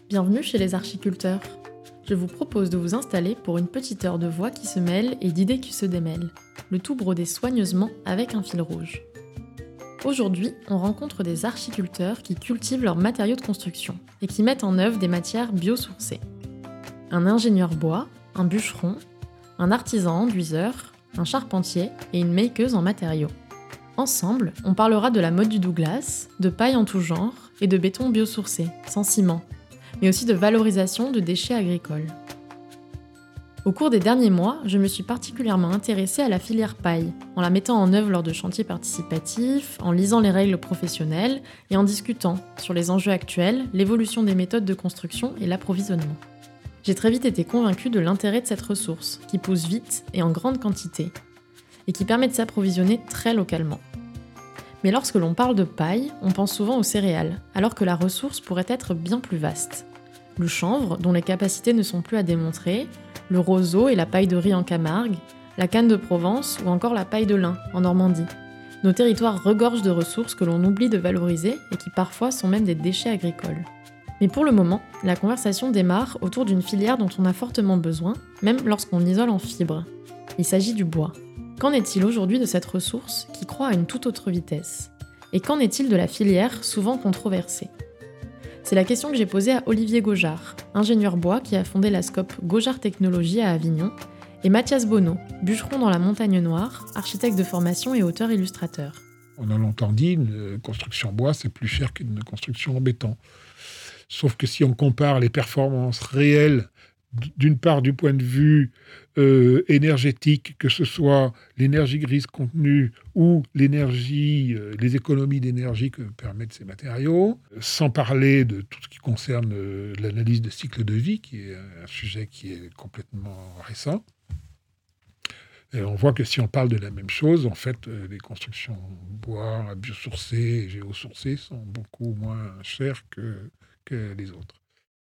Bienvenue chez les archiculteurs. Je vous propose de vous installer pour une petite heure de voix qui se mêlent et d'idées qui se démêlent, le tout brodé soigneusement avec un fil rouge. Aujourd'hui, on rencontre des archiculteurs qui cultivent leurs matériaux de construction et qui mettent en œuvre des matières biosourcées. Un ingénieur bois, un bûcheron, un artisan enduiseur, un charpentier et une makeuse en matériaux. Ensemble, on parlera de la mode du Douglas, de paille en tout genre et de béton biosourcé, sans ciment, mais aussi de valorisation de déchets agricoles. Au cours des derniers mois, je me suis particulièrement intéressée à la filière paille, en la mettant en œuvre lors de chantiers participatifs, en lisant les règles professionnelles et en discutant sur les enjeux actuels, l'évolution des méthodes de construction et l'approvisionnement. J'ai très vite été convaincue de l'intérêt de cette ressource, qui pousse vite et en grande quantité, et qui permet de s'approvisionner très localement. Mais lorsque l'on parle de paille, on pense souvent aux céréales, alors que la ressource pourrait être bien plus vaste. Le chanvre, dont les capacités ne sont plus à démontrer, le roseau et la paille de riz en Camargue, la canne de Provence ou encore la paille de lin en Normandie. Nos territoires regorgent de ressources que l'on oublie de valoriser et qui parfois sont même des déchets agricoles. Mais pour le moment, la conversation démarre autour d'une filière dont on a fortement besoin, même lorsqu'on isole en fibres. Il s'agit du bois. Qu'en est-il aujourd'hui de cette ressource qui croît à une toute autre vitesse ? Et qu'en est-il de la filière souvent controversée ? C'est la question que j'ai posée à Olivier Gaujard, ingénieur bois qui a fondé la SCOP Gaujard Technologies à Avignon, et Mathias Bonneau, bûcheron dans la Montagne Noire, architecte de formation et auteur-illustrateur. On a longtemps dit une construction bois, c'est plus cher qu'une construction en béton. Sauf que si on compare les performances réelles, d'une part du point de vue énergétique, que ce soit l'énergie grise contenue ou l'énergie, les économies d'énergie que permettent ces matériaux, sans parler de tout ce qui concerne l'analyse de cycle de vie, qui est un sujet qui est complètement récent. Et on voit que si on parle de la même chose, en fait, les constructions bois, biosourcées et géosourcées sont beaucoup moins chères que les autres.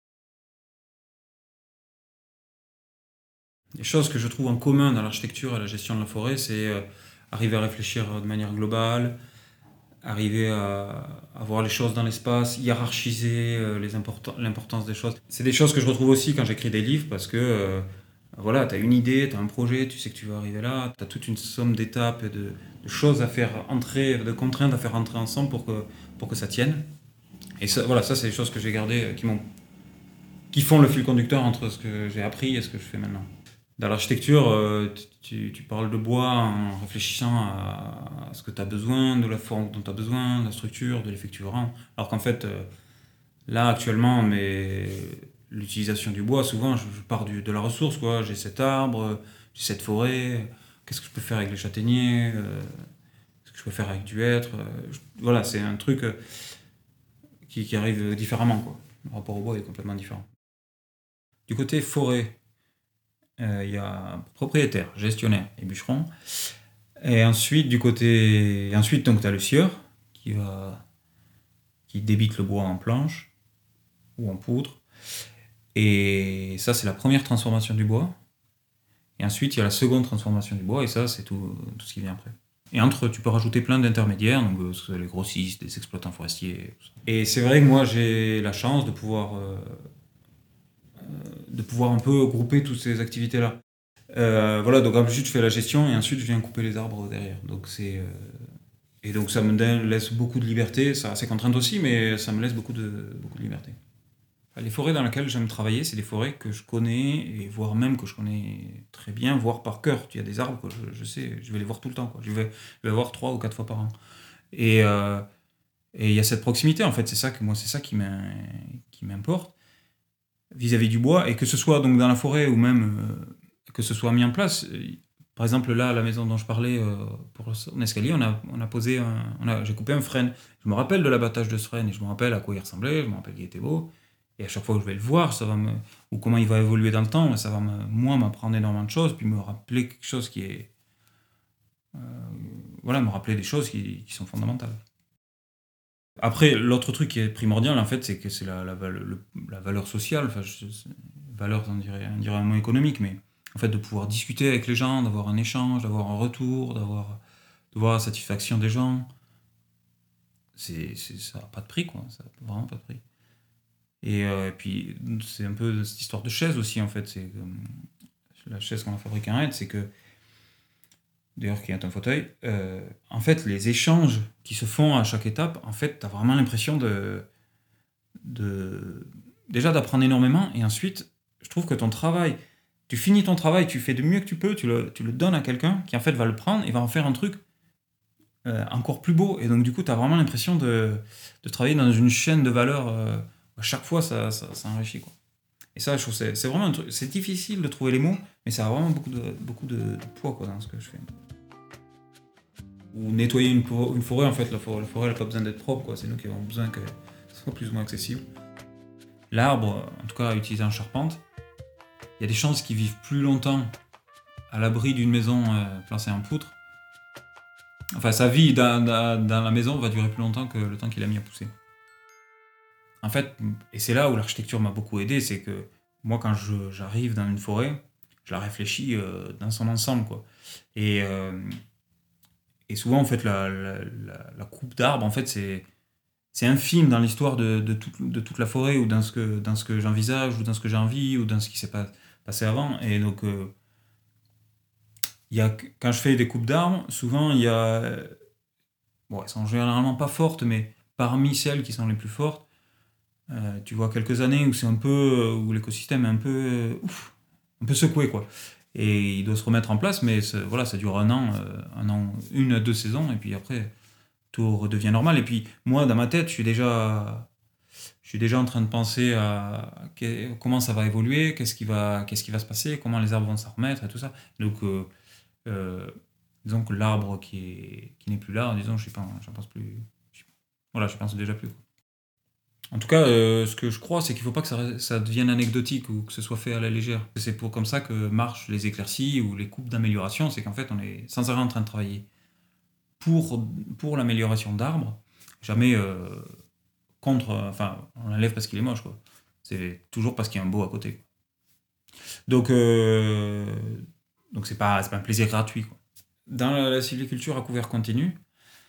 Les choses que je trouve en commun dans l'architecture et la gestion de la forêt, c'est arriver à réfléchir de manière globale, arriver à voir les choses dans l'espace, hiérarchiser l'importance des choses. C'est des choses que je retrouve aussi quand j'écris des livres parce que voilà, tu as une idée, tu as un projet, tu sais que tu vas arriver là, tu as toute une somme d'étapes et de choses à faire entrer, de contraintes à faire entrer ensemble pour que ça tienne. Et ça, voilà, ça c'est des choses que j'ai gardées qui font le fil conducteur entre ce que j'ai appris et ce que je fais maintenant. Dans l'architecture, tu parles de bois en réfléchissant à ce que tu as besoin, de la forme dont tu as besoin, de la structure, de l'effet que tu veux rendre. Alors qu'en fait, là actuellement, l'utilisation du bois, souvent je pars de la ressource, quoi. J'ai cet arbre, j'ai cette forêt, qu'est-ce que je peux faire avec les châtaigniers, qu'est-ce que je peux faire avec du hêtre. Voilà, c'est un truc qui arrive différemment, quoi. Le rapport au bois est complètement différent. Du côté forêt, il y a propriétaire, gestionnaire et bûcheron. Et ensuite, donc, tu as le scieur qui débite le bois en planche ou en poudre. Et ça, c'est la première transformation du bois. Et ensuite, il y a la seconde transformation du bois, et ça, c'est tout ce qui vient après. Et tu peux rajouter plein d'intermédiaires, donc les grossistes, les exploitants forestiers. Tout ça. Et c'est vrai que moi, j'ai la chance de pouvoir un peu grouper toutes ces activités-là. Voilà, donc ensuite je fais la gestion et ensuite je viens couper les arbres derrière. Donc et donc ça me laisse beaucoup de liberté, ça a ses contraintes aussi, mais ça me laisse beaucoup de liberté. Les forêts dans lesquelles j'aime travailler, c'est des forêts que je connais, et voire même que je connais très bien, voire par cœur. Il y a des arbres que je sais, je vais les voir tout le temps, quoi. Je vais les voir 3 ou 4 fois par an. Et il y a cette proximité, en fait, c'est ça qui m'importe vis-à-vis du bois, et que ce soit donc dans la forêt ou même que ce soit mis en place. Par exemple, là, à la maison dont je parlais, pour son escalier, j'ai coupé un frêne. Je me rappelle de l'abattage de ce frêne, et je me rappelle à quoi il ressemblait, je me rappelle qu'il était beau. Et à chaque fois que je vais le voir, ou comment il va évoluer dans le temps, ça va m'apprendre énormément de choses, puis me rappeler quelque chose qui est... me rappeler des choses qui sont fondamentales. Après, l'autre truc qui est primordial, en fait, c'est que c'est la valeur sociale, valeur, on dirait un mot économique, mais en fait, de pouvoir discuter avec les gens, d'avoir un échange, d'avoir un retour, de voir la satisfaction des gens, ça n'a pas de prix, quoi. Ça n'a vraiment pas de prix. Et puis, c'est un peu cette histoire de chaise aussi, en fait. C'est la chaise qu'on a fabriquée en Aide, c'est que, d'ailleurs, qui est un fauteuil, en fait, les échanges qui se font à chaque étape, en fait, t'as vraiment l'impression déjà d'apprendre énormément. Et ensuite, je trouve que ton travail, tu finis ton travail, tu fais du mieux que tu peux, tu le donnes à quelqu'un qui, en fait, va le prendre et va en faire un truc encore plus beau. Et donc, du coup, tu as vraiment l'impression de travailler dans une chaîne de valeur. À chaque fois, ça enrichit, quoi. Et ça, je trouve que c'est vraiment un truc. C'est difficile de trouver les mots, mais ça a vraiment beaucoup de poids, quoi, dans ce que je fais. Ou nettoyer une forêt, en fait, la forêt, elle n'a pas besoin d'être propre, quoi. C'est nous qui avons besoin que ce soit plus ou moins accessible. L'arbre, en tout cas utilisé en charpente, il y a des chances qu'il vive plus longtemps à l'abri d'une maison placée en poutre. Enfin, sa vie dans la maison va durer plus longtemps que le temps qu'il a mis à pousser. En fait, et c'est là où l'architecture m'a beaucoup aidé, c'est que moi, quand j'arrive dans une forêt, je la réfléchis dans son ensemble, quoi. Et souvent, en fait, la coupe d'arbres, en fait, c'est infime dans l'histoire de toute la forêt, ou dans ce que j'envisage, ou dans ce que j'ai envie, ou dans ce qui s'est passé avant. Et donc, quand je fais des coupes d'arbres, souvent, il y a... Bon, elles sont généralement pas fortes, mais parmi celles qui sont les plus fortes, tu vois quelques années où c'est un peu... où l'écosystème est un peu... un peu secoué, quoi. Et il doit se remettre en place, mais voilà, ça dure un an, 1 à 2 saisons, et puis après, tout redevient normal. Et puis, moi, dans ma tête, je suis déjà en train de penser à comment ça va évoluer, qu'est-ce qui va se passer, comment les arbres vont s'en remettre, et tout ça. Donc, disons que l'arbre qui n'est plus là, disons, j'en pense plus. Voilà, je pense déjà plus, quoi. En tout cas, ce que je crois, c'est qu'il ne faut pas que ça devienne anecdotique ou que ce soit fait à la légère. C'est comme ça que marchent les éclaircies ou les coupes d'amélioration, c'est qu'en fait, on est sans arrêt en train de travailler pour l'amélioration d'arbres, jamais contre. Enfin, on l'enlève parce qu'il est moche, quoi. C'est toujours parce qu'il y a un beau à côté, quoi. Donc, c'est pas un plaisir gratuit, quoi. Dans la sylviculture à couvert continu,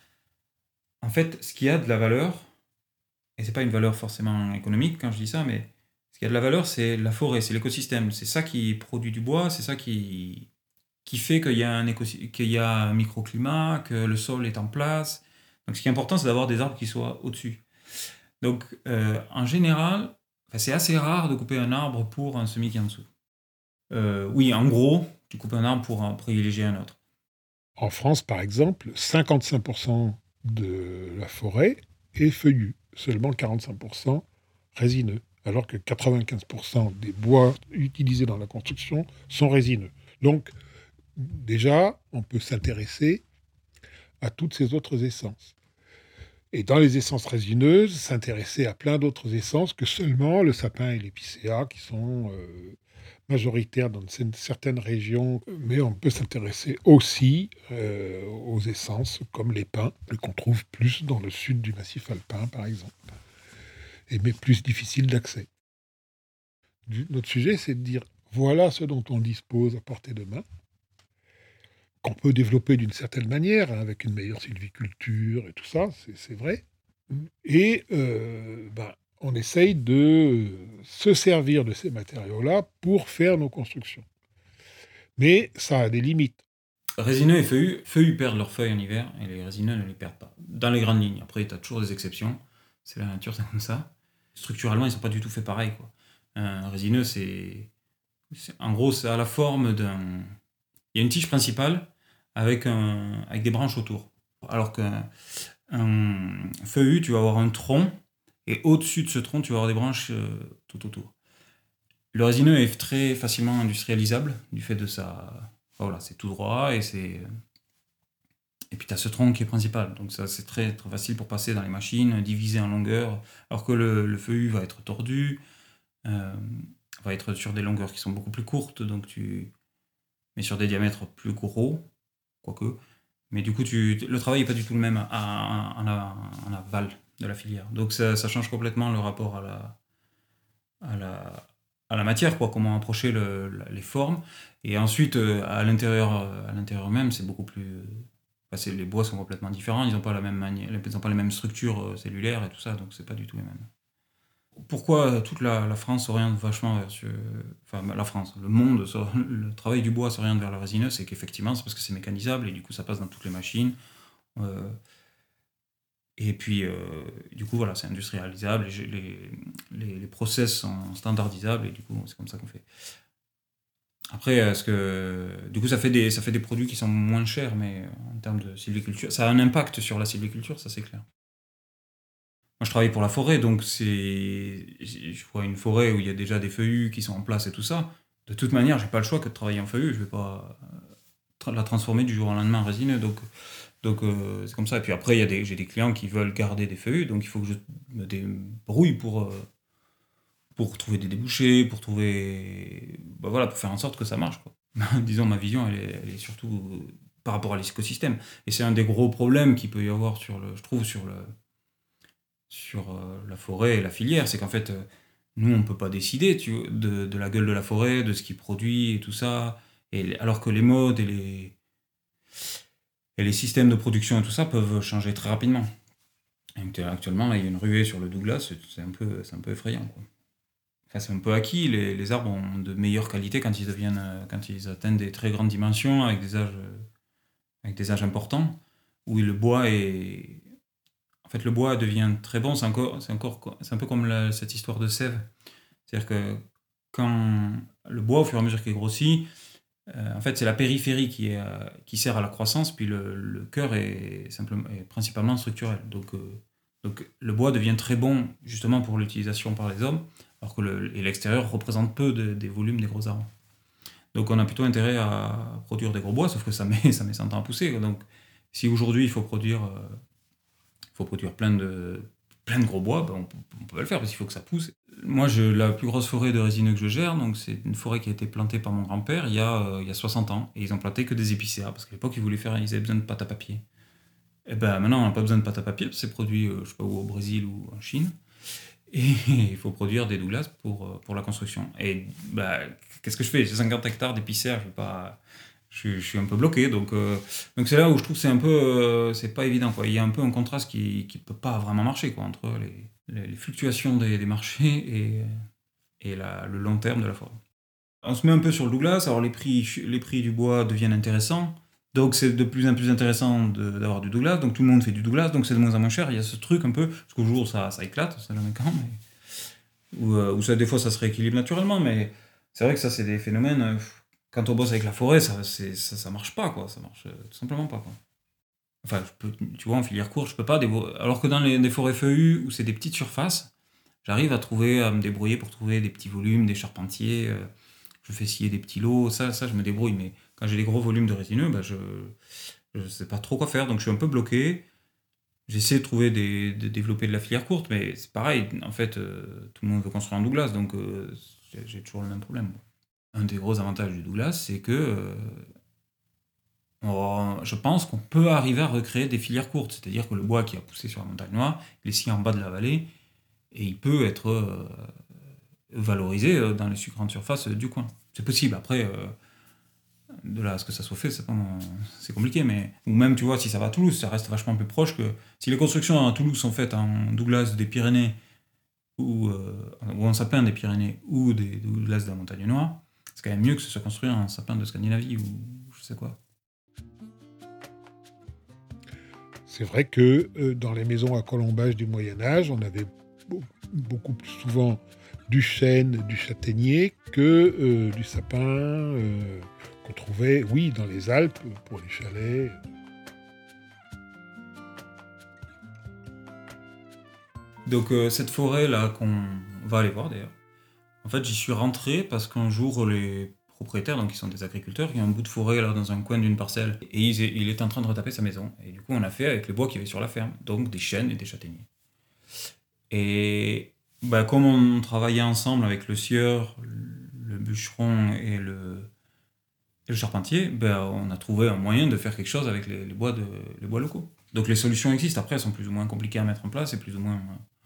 en fait, ce qui a de la valeur, et c'est pas une valeur forcément économique quand je dis ça, mais ce qui a de la valeur, c'est la forêt, c'est l'écosystème. C'est ça qui produit du bois, c'est ça qui fait qu'il y a un microclimat, que le sol est en place. Donc ce qui est important, c'est d'avoir des arbres qui soient au-dessus. Donc en général, c'est assez rare de couper un arbre pour un semis qui est en dessous. Oui, en gros, tu coupes un arbre pour privilégier un autre. En France, par exemple, 55% de la forêt est feuillue, seulement 45% résineux, alors que 95% des bois utilisés dans la construction sont résineux. Donc, déjà, on peut s'intéresser à toutes ces autres essences. Et dans les essences résineuses, s'intéresser à plein d'autres essences que seulement le sapin et l'épicéa, qui sont majoritaires dans certaines régions. Mais on peut s'intéresser aussi aux essences comme les pins, qu'on trouve plus dans le sud du massif alpin, par exemple, mais plus difficile d'accès. Notre sujet, c'est de dire, voilà ce dont on dispose à portée de main, qu'on peut développer d'une certaine manière, hein, avec une meilleure sylviculture et tout ça, c'est vrai. Et on essaye de se servir de ces matériaux-là pour faire nos constructions. Mais ça a des limites. Résineux et feuillus perdent leurs feuilles en hiver, et les résineux ne les perdent pas. Dans les grandes lignes. Après, tu as toujours des exceptions. C'est la nature, c'est comme ça. Structurellement, ils ne sont pas du tout faits pareil, quoi. Un résineux, en gros, c'est à la forme d'un... Il y a une tige principale avec des branches autour. Alors qu'un feuillu, tu vas avoir un tronc, et au-dessus de ce tronc, tu vas avoir des branches tout autour. Le résineux est très facilement industrialisable, du fait de sa... Voilà, c'est tout droit, et puis tu as ce tronc qui est principal. Donc ça, c'est très, très facile pour passer dans les machines, diviser en longueur, alors que le feuillu va être tordu, va être sur des longueurs qui sont beaucoup plus courtes, mais sur des diamètres plus gros, quoique. Mais du coup, le travail n'est pas du tout le même en aval de la filière. Donc ça change complètement le rapport à la matière, quoi, comment approcher les formes. Et ensuite, à l'intérieur même, c'est beaucoup plus... les bois sont complètement différents, ils n'ont pas la même manière, ils n'ont pas les mêmes structures cellulaires et tout ça, donc c'est pas du tout les mêmes. pourquoi toute la France s'oriente vachement vers enfin la France, le monde, le travail du bois s'oriente vers la résineux, c'est qu'effectivement c'est parce que c'est mécanisable et du coup ça passe dans toutes les machines. Euh, et puis du coup voilà, c'est industrialisable, les process sont standardisables et du coup c'est comme ça qu'on fait. Après, est-ce que du coup ça fait des produits qui sont moins chers, mais en termes de sylviculture, ça a un impact sur la sylviculture, ça c'est clair. Moi, je travaille pour la forêt, donc je vois une forêt où il y a déjà des feuillus qui sont en place et tout ça. De toute manière, j'ai pas le choix que de travailler en feuillus. Je vais pas la transformer du jour au lendemain en résineux. Donc c'est comme ça. Et puis après, j'ai des clients qui veulent garder des feuillus, donc il faut que je me débrouille pour trouver des débouchés, pour trouver, bah voilà, pour faire en sorte que ça marche, quoi. Disons, ma vision, elle est surtout par rapport à l'écosystème. Et c'est un des gros problèmes qu'il peut y avoir je trouve, sur la forêt et la filière, c'est qu'en fait, nous, on ne peut pas décider de la gueule de la forêt, de ce qu'il produit et tout ça, alors que les modes et les systèmes de production et tout ça peuvent changer très rapidement. Et actuellement, là, il y a une ruée sur le Douglas, c'est un peu effrayant, quoi. Enfin, c'est un peu acquis, les arbres ont de meilleure qualité quand ils atteignent des très grandes dimensions, avec des âges importants, où le bois est, en fait, le bois devient très bon, c'est un peu comme cette histoire de sève. C'est-à-dire que quand le bois, au fur et à mesure qu'il grossit, en fait, c'est la périphérie qui sert à la croissance, puis le cœur est principalement structurel. Donc le bois devient très bon justement pour l'utilisation par les hommes, alors que l'extérieur représente peu des volumes des gros arbres. Donc on a plutôt intérêt à produire des gros bois, sauf que ça met 100 ans à pousser. Donc si aujourd'hui il faut produire plein de gros bois, ben on peut pas le faire parce qu'il faut que ça pousse. Moi, la plus grosse forêt de résineux que je gère, donc c'est une forêt qui a été plantée par mon grand-père il y a 60 ans. Et ils ont planté que des épicéas parce qu'à l'époque, ils avaient besoin de pâte à papier. Et ben maintenant, on n'a pas besoin de pâte à papier parce que c'est produit, je sais pas où, au Brésil ou en Chine. Et il faut produire des Douglas pour la construction. Et bah, qu'est-ce que je fais? J'ai 50 hectares d'épicéas, je suis un peu bloqué. Donc c'est là où je trouve que c'est pas évident, quoi. Il y a un peu un contraste qui peut pas vraiment marcher, quoi, entre les fluctuations des marchés et le long terme de la forêt. On se met un peu sur le Douglas, alors les prix du bois deviennent intéressants. Donc c'est de plus en plus intéressant d'avoir du Douglas, donc tout le monde fait du Douglas, donc c'est de moins en moins cher. Il y a ce truc un peu, parce qu'au jour ça éclate, ça jamais quand, ou ça, des fois ça se rééquilibre naturellement, mais c'est vrai que ça c'est des phénomènes. Quand on bosse avec la forêt, ça marche pas, quoi. Ça marche tout simplement pas, quoi. Enfin, tu vois, en filière courte, je peux pas alors que dans des forêts feuillues où c'est des petites surfaces, j'arrive à me débrouiller pour trouver des petits volumes, des charpentiers. Je fais scier des petits lots, ça je me débrouille. Mais quand j'ai des gros volumes de résineux, bah, je sais pas trop quoi faire, donc je suis un peu bloqué. J'essaie de développer de la filière courte, mais c'est pareil. En fait, tout le monde veut construire un Douglas, donc j'ai toujours le même problème. Un des gros avantages du Douglas, c'est que je pense qu'on peut arriver à recréer des filières courtes. C'est-à-dire que le bois qui a poussé sur la montagne noire, il est scié en bas de la vallée, et il peut être valorisé dans les grandes surfaces du coin. C'est possible. Après, de là à ce que ça soit fait, c'est compliqué. Mais ou même, tu vois, si ça va à Toulouse, ça reste vachement plus proche que si les constructions à Toulouse sont faites en Douglas des Pyrénées ou en sapin des Pyrénées ou des Douglas de la Montagne Noire, c'est quand même mieux que ce soit construit en sapin de Scandinavie ou je sais quoi. C'est vrai que dans les maisons à colombage du Moyen-Âge, on avait beaucoup plus souvent du chêne, du châtaignier que du sapin qu'on trouvait, oui, dans les Alpes pour les chalets. Donc cette forêt-là qu'on va aller voir d'ailleurs, en fait j'y suis rentré parce qu'un jour les propriétaires, donc qui sont des agriculteurs, il y a un bout de forêt là dans un coin d'une parcelle et il était en train de retaper sa maison. Et du coup on a fait avec les bois qu'il y avait sur la ferme, donc des chênes et des châtaigniers. Et bah, comme on travaillait ensemble avec le scieur, le bûcheron et le charpentier, bah, on a trouvé un moyen de faire quelque chose avec les bois locaux. Donc les solutions existent, après elles sont plus ou moins compliquées à mettre en place et plus ou moins...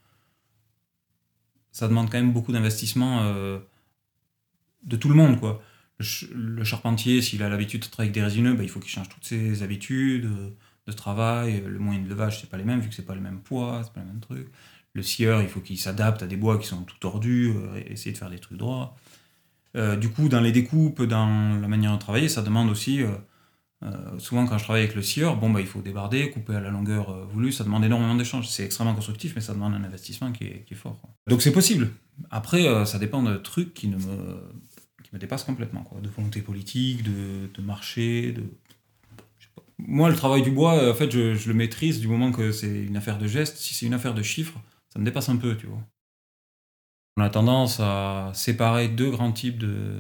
ça demande quand même beaucoup d'investissement de tout le monde, quoi. Le charpentier, s'il a l'habitude de travailler avec des résineux, bah, il faut qu'il change toutes ses habitudes de travail. Le moyen de levage, c'est pas les mêmes, vu que c'est pas les mêmes poids, c'est pas les mêmes trucs. Le scieur, il faut qu'il s'adapte à des bois qui sont tout tordus, essayer de faire des trucs droits. Du coup, dans les découpes, dans la manière de travailler, ça demande aussi... souvent, quand je travaille avec le scieur, il faut débarder, couper à la longueur voulue, ça demande énormément d'échanges. C'est extrêmement constructif, mais ça demande un investissement qui est fort, quoi. Donc c'est possible. Après, ça dépend de trucs qui me dépassent complètement, quoi. De volonté politique, de marché, je sais pas. Moi, le travail du bois, en fait, je le maîtrise du moment que c'est une affaire de geste. Si c'est une affaire de chiffres, ça me dépasse un peu, tu vois. On a tendance à séparer deux grands types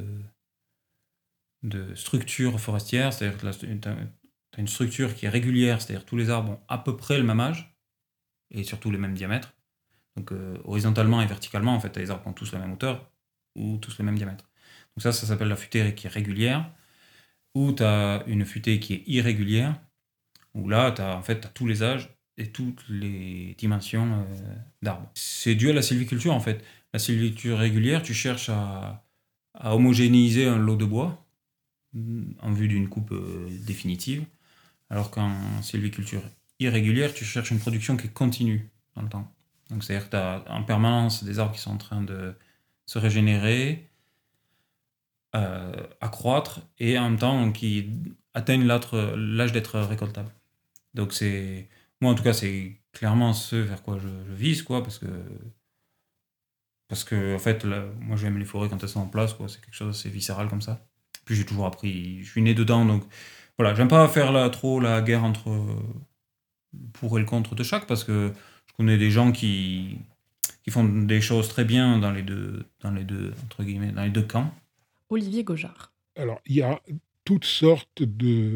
de structures forestières, c'est-à-dire que tu as une structure qui est régulière, c'est-à-dire tous les arbres ont à peu près le même âge, et surtout le même diamètre. Donc horizontalement et verticalement, en fait, tu as les arbres qui ont tous la même hauteur, ou tous le même diamètre. Donc ça s'appelle la futée qui est régulière, ou tu as une futée qui est irrégulière, où là, tu as tous les âges et toutes les dimensions d'arbres. C'est dû à la sylviculture, en fait. La sylviculture régulière, tu cherches à homogénéiser un lot de bois, en vue d'une coupe définitive, alors qu'en sylviculture irrégulière, tu cherches une production qui est continue dans le temps. Donc c'est-à-dire que tu as en permanence des arbres qui sont en train de se régénérer, accroître, et en même temps qui atteignent l'âge d'être récoltables. Donc moi en tout cas, c'est clairement ce vers quoi je vise, quoi, parce que en fait, là, moi j'aime les forêts quand elles sont en place, quoi. C'est quelque chose d'assez viscéral comme ça. Puis j'ai toujours appris, je suis né dedans, donc voilà, j'aime pas faire trop la guerre entre le pour et le contre de chaque, parce que je connais des gens qui font des choses très bien dans les deux, entre guillemets, dans les deux camps. Olivier Gaujard. Alors, il y a toutes sortes de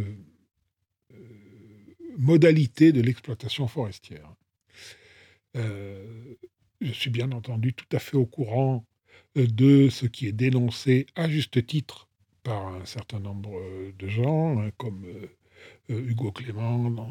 modalités de l'exploitation forestière. Je suis bien entendu tout à fait au courant de ce qui est dénoncé à juste titre par un certain nombre de gens, hein, comme Hugo Clément dans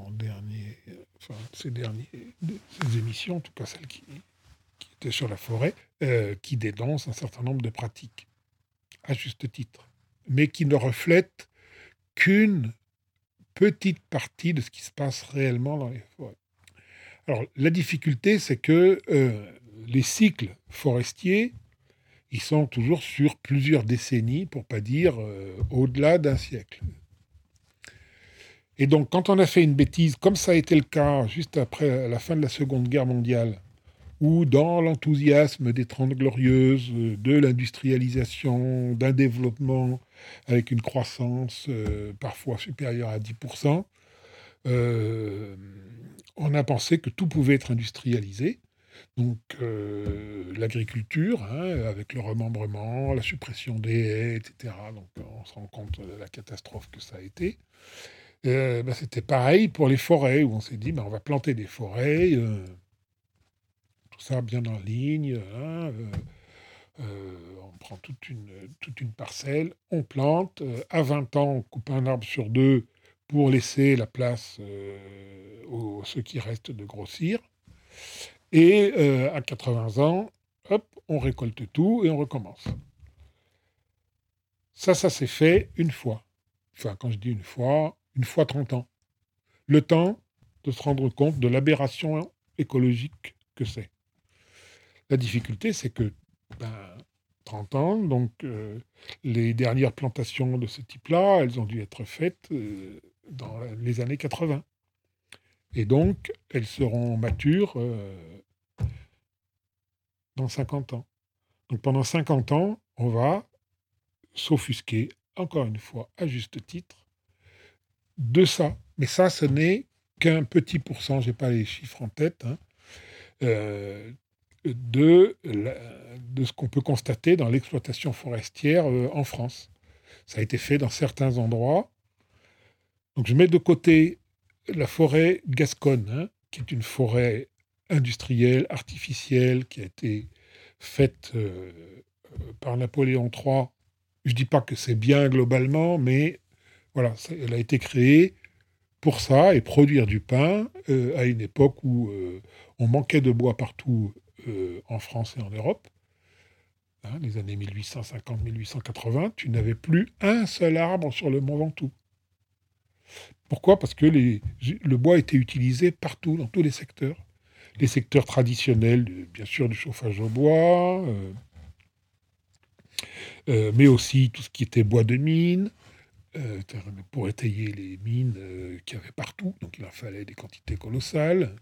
ses émissions, en tout cas celles qui étaient sur la forêt, qui dénoncent un certain nombre de pratiques, à juste titre, mais qui ne reflètent qu'une petite partie de ce qui se passe réellement dans les forêts. Alors, la difficulté, c'est que les cycles forestiers, ils sont toujours sur plusieurs décennies, pour ne pas dire au-delà d'un siècle. Et donc, quand on a fait une bêtise, comme ça a été le cas juste après la fin de la Seconde Guerre mondiale, où dans l'enthousiasme des Trente Glorieuses, de l'industrialisation, d'un développement avec une croissance parfois supérieure à 10%, on a pensé que tout pouvait être industrialisé. Donc l'agriculture, hein, avec le remembrement, la suppression des haies, etc. Donc on se rend compte de la catastrophe que ça a été. C'était pareil pour les forêts, où on s'est dit, on va planter des forêts, tout ça bien en ligne, hein, on prend toute une parcelle, on plante, à 20 ans, on coupe un arbre sur deux pour laisser la place aux ceux qui restent de grossir. Et à 80 ans, hop, on récolte tout et on recommence. Ça s'est fait une fois. Enfin, quand je dis une fois 30 ans. Le temps de se rendre compte de l'aberration écologique que c'est. La difficulté, c'est que 30 ans, donc les dernières plantations de ce type-là, elles ont dû être faites dans les années 80. Et donc, elles seront matures dans 50 ans. Donc pendant 50 ans, on va s'offusquer, encore une fois, à juste titre, de ça. Mais ça, ce n'est qu'un petit pourcent, je n'ai pas les chiffres en tête, hein, de ce qu'on peut constater dans l'exploitation forestière en France. Ça a été fait dans certains endroits. Donc je mets de côté la forêt gasconne, hein, qui est une forêt industrielle, artificielle, qui a été faite par Napoléon III. Je ne dis pas que c'est bien globalement, mais voilà, elle a été créée pour ça et produire du pain à une époque où on manquait de bois partout en France et en Europe. Hein, les années 1850-1880, tu n'avais plus un seul arbre sur le Mont Ventoux. Pourquoi ? Parce que le bois était utilisé partout, dans tous les secteurs. les secteurs traditionnels, bien sûr, du chauffage au bois, mais aussi tout ce qui était bois de mine, pour étayer les mines qu'il y avait partout, donc il en fallait des quantités colossales.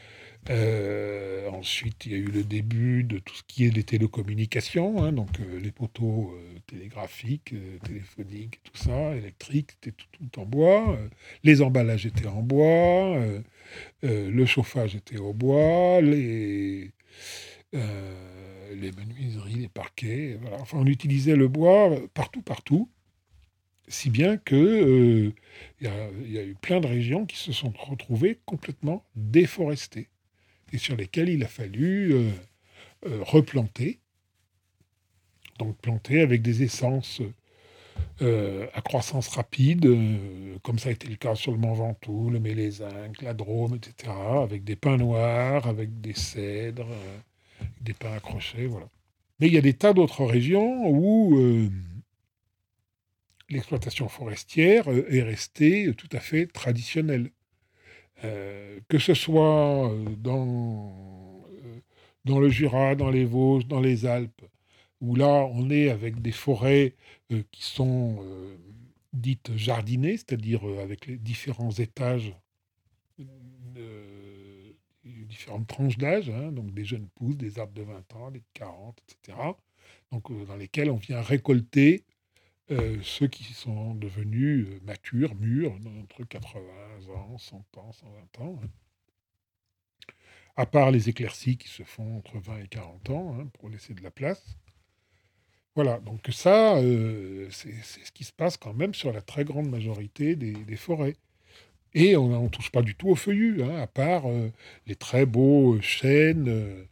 Ensuite, il y a eu le début de tout ce qui est les télécommunications, hein, donc les poteaux télégraphiques, téléphoniques, tout ça, électriques, c'était tout en bois. Les emballages étaient en bois, le chauffage était au bois, les menuiseries, les parquets, voilà. Enfin, on utilisait le bois partout, si bien que il y a eu plein de régions qui se sont retrouvées complètement déforestées et sur lesquelles il a fallu replanter, donc planter avec des essences à croissance rapide, comme ça a été le cas sur le Mont Ventoux, le Mélézinc, la Drôme, etc., avec des pins noirs, avec des cèdres, des pins accrochés, voilà. Mais il y a des tas d'autres régions où l'exploitation forestière est restée tout à fait traditionnelle. Que ce soit dans le Jura, dans les Vosges, dans les Alpes, où là, on est avec des forêts qui sont dites jardinées, c'est-à-dire avec les différents étages, différentes tranches d'âge, hein, donc des jeunes pousses, des arbres de 20 ans, des de 40, etc., donc, dans lesquels on vient récolter ceux qui sont devenus matures, mûrs, entre 80 ans, 100 ans, 120 ans, hein. À part les éclaircies qui se font entre 20 et 40 ans, hein, pour laisser de la place. Voilà, donc ça, c'est ce qui se passe quand même sur la très grande majorité des forêts. Et on ne touche pas du tout aux feuillus, hein, à part les très beaux chênes,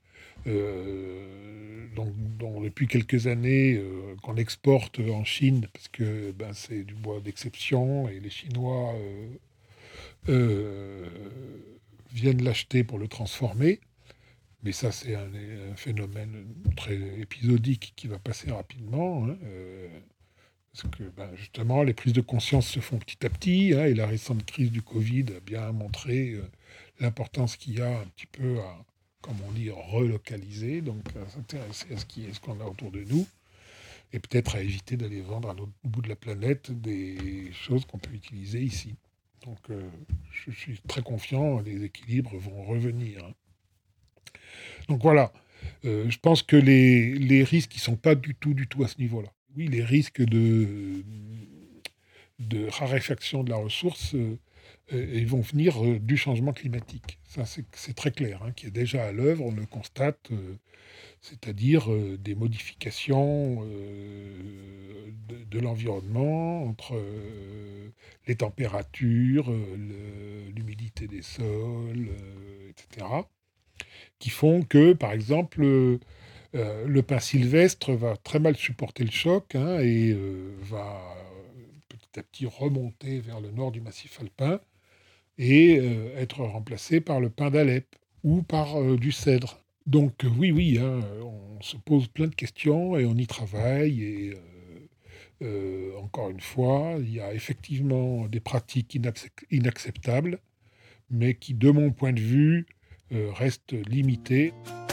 dont depuis quelques années qu'on exporte en Chine, parce que ben, c'est du bois d'exception, et les Chinois euh, viennent l'acheter pour le transformer. Mais ça, c'est un phénomène très épisodique qui va passer rapidement, hein, parce que ben, justement, les prises de conscience se font petit à petit, hein, et la récente crise du Covid a bien montré l'importance qu'il y a un petit peu à, comme on dit, relocaliser, donc à s'intéresser à ce qu'on a autour de nous, et peut-être à éviter d'aller vendre à l'autre bout de la planète des choses qu'on peut utiliser ici. Donc je suis très confiant, les équilibres vont revenir, hein. Donc voilà, je pense que les risques, ils ne sont pas du tout à ce niveau-là. Oui, les risques de raréfaction de la ressource, ils vont venir du changement climatique. Ça, c'est très clair, hein, qui est déjà à l'œuvre, on le constate, c'est-à-dire des modifications de l'environnement entre les températures, l'humidité des sols, etc., qui font que, par exemple, le pin sylvestre va très mal supporter le choc, hein, et va petit à petit remonter vers le nord du massif alpin et être remplacé par le pin d'Alep ou par du cèdre. Donc oui, hein, on se pose plein de questions et on y travaille. Et encore une fois, il y a effectivement des pratiques inacceptables, mais qui, de mon point de vue, restent limitées.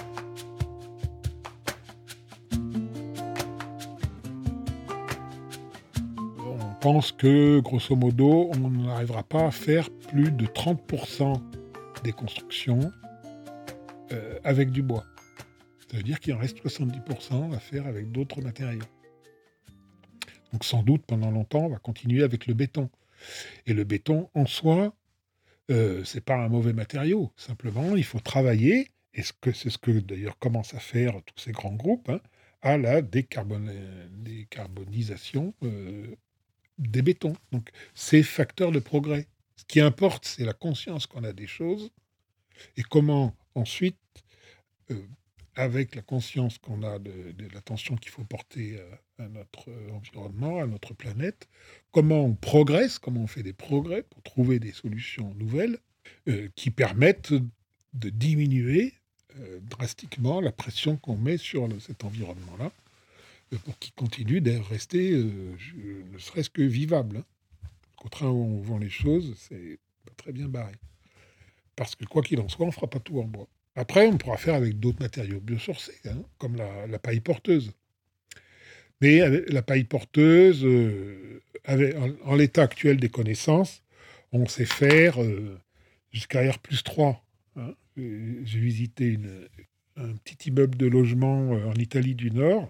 On pense que, grosso modo, on n'arrivera pas à faire plus de 30% des constructions avec du bois. Ça veut dire qu'il en reste 70% à faire avec d'autres matériaux. Donc sans doute, pendant longtemps, on va continuer avec le béton. Et le béton, en soi, c'est pas un mauvais matériau. Simplement, il faut travailler, et c'est ce que d'ailleurs commencent à faire tous ces grands groupes, hein, à la décarbonisation des bétons. Donc, c'est facteur de progrès. Ce qui importe, c'est la conscience qu'on a des choses et comment ensuite, avec la conscience qu'on a de l'attention qu'il faut porter à notre environnement, à notre planète, comment on progresse, comment on fait des progrès pour trouver des solutions nouvelles qui permettent de diminuer drastiquement la pression qu'on met sur cet environnement-là pour qu'il continue de rester ne serait-ce que vivable, hein. Au train où on vend les choses, c'est pas très bien barré. Parce que quoi qu'il en soit, on ne fera pas tout en bois. Après, on pourra faire avec d'autres matériaux biosourcés, comme la paille porteuse. Mais avec la paille porteuse, en l'état actuel des connaissances, on sait faire jusqu'à R+3. J'ai visité un petit immeuble de logement en Italie du Nord,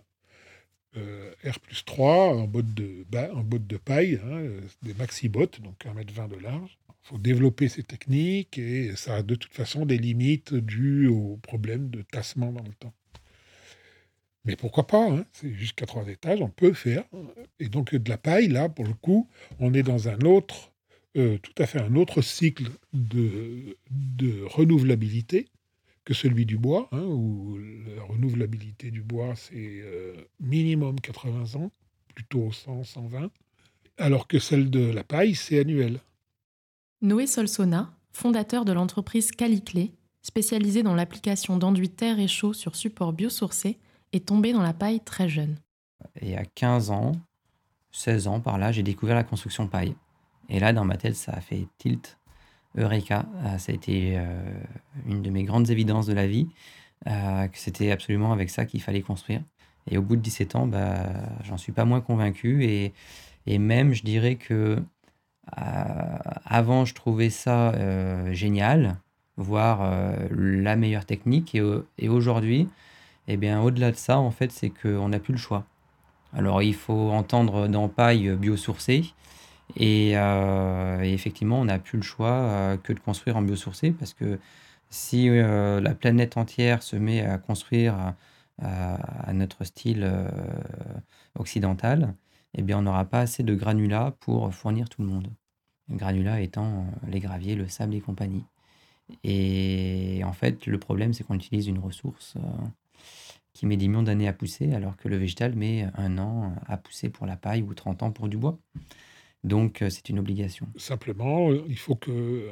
R+3, en bottes de paille, des maxi-bottes, donc 1,20 m de large. Il faut développer ces techniques et ça a de toute façon des limites dues au problème de tassement dans le temps. Mais pourquoi pas, c'est jusqu'à 3 étages, on peut faire. Et donc de la paille, là, pour le coup, on est dans tout à fait un autre cycle de renouvelabilité que celui du bois, où la renouvelabilité du bois, c'est minimum 80 ans, plutôt 100, 120, alors que celle de la paille, c'est annuel. Noé Solsona, fondateur de l'entreprise Caliclé, spécialisée dans l'application d'enduits terre et chaux sur support biosourcé, est tombé dans la paille très jeune. Et à 15 ans, 16 ans par là, j'ai découvert la construction paille. Et là, dans ma tête, ça a fait tilt. Eureka, ça a été une de mes grandes évidences de la vie, que c'était absolument avec ça qu'il fallait construire. Et au bout de 17 ans, j'en suis pas moins convaincu. Et même, je dirais que avant, je trouvais ça génial, voire la meilleure technique. Et aujourd'hui, eh bien, au-delà de ça, en fait, c'est qu'on n'a plus le choix. Alors, il faut entendre dans paille biosourcée. Et effectivement, on n'a plus le choix que de construire en biosourcé parce que si la planète entière se met à construire à notre style occidental, eh bien, on n'aura pas assez de granulats pour fournir tout le monde. Les granulats étant les graviers, le sable et compagnie. Et en fait, le problème, c'est qu'on utilise une ressource qui met 10 millions d'années à pousser, alors que le végétal met 1 an à pousser pour la paille ou 30 ans pour du bois. Donc, c'est une obligation. Simplement, il faut que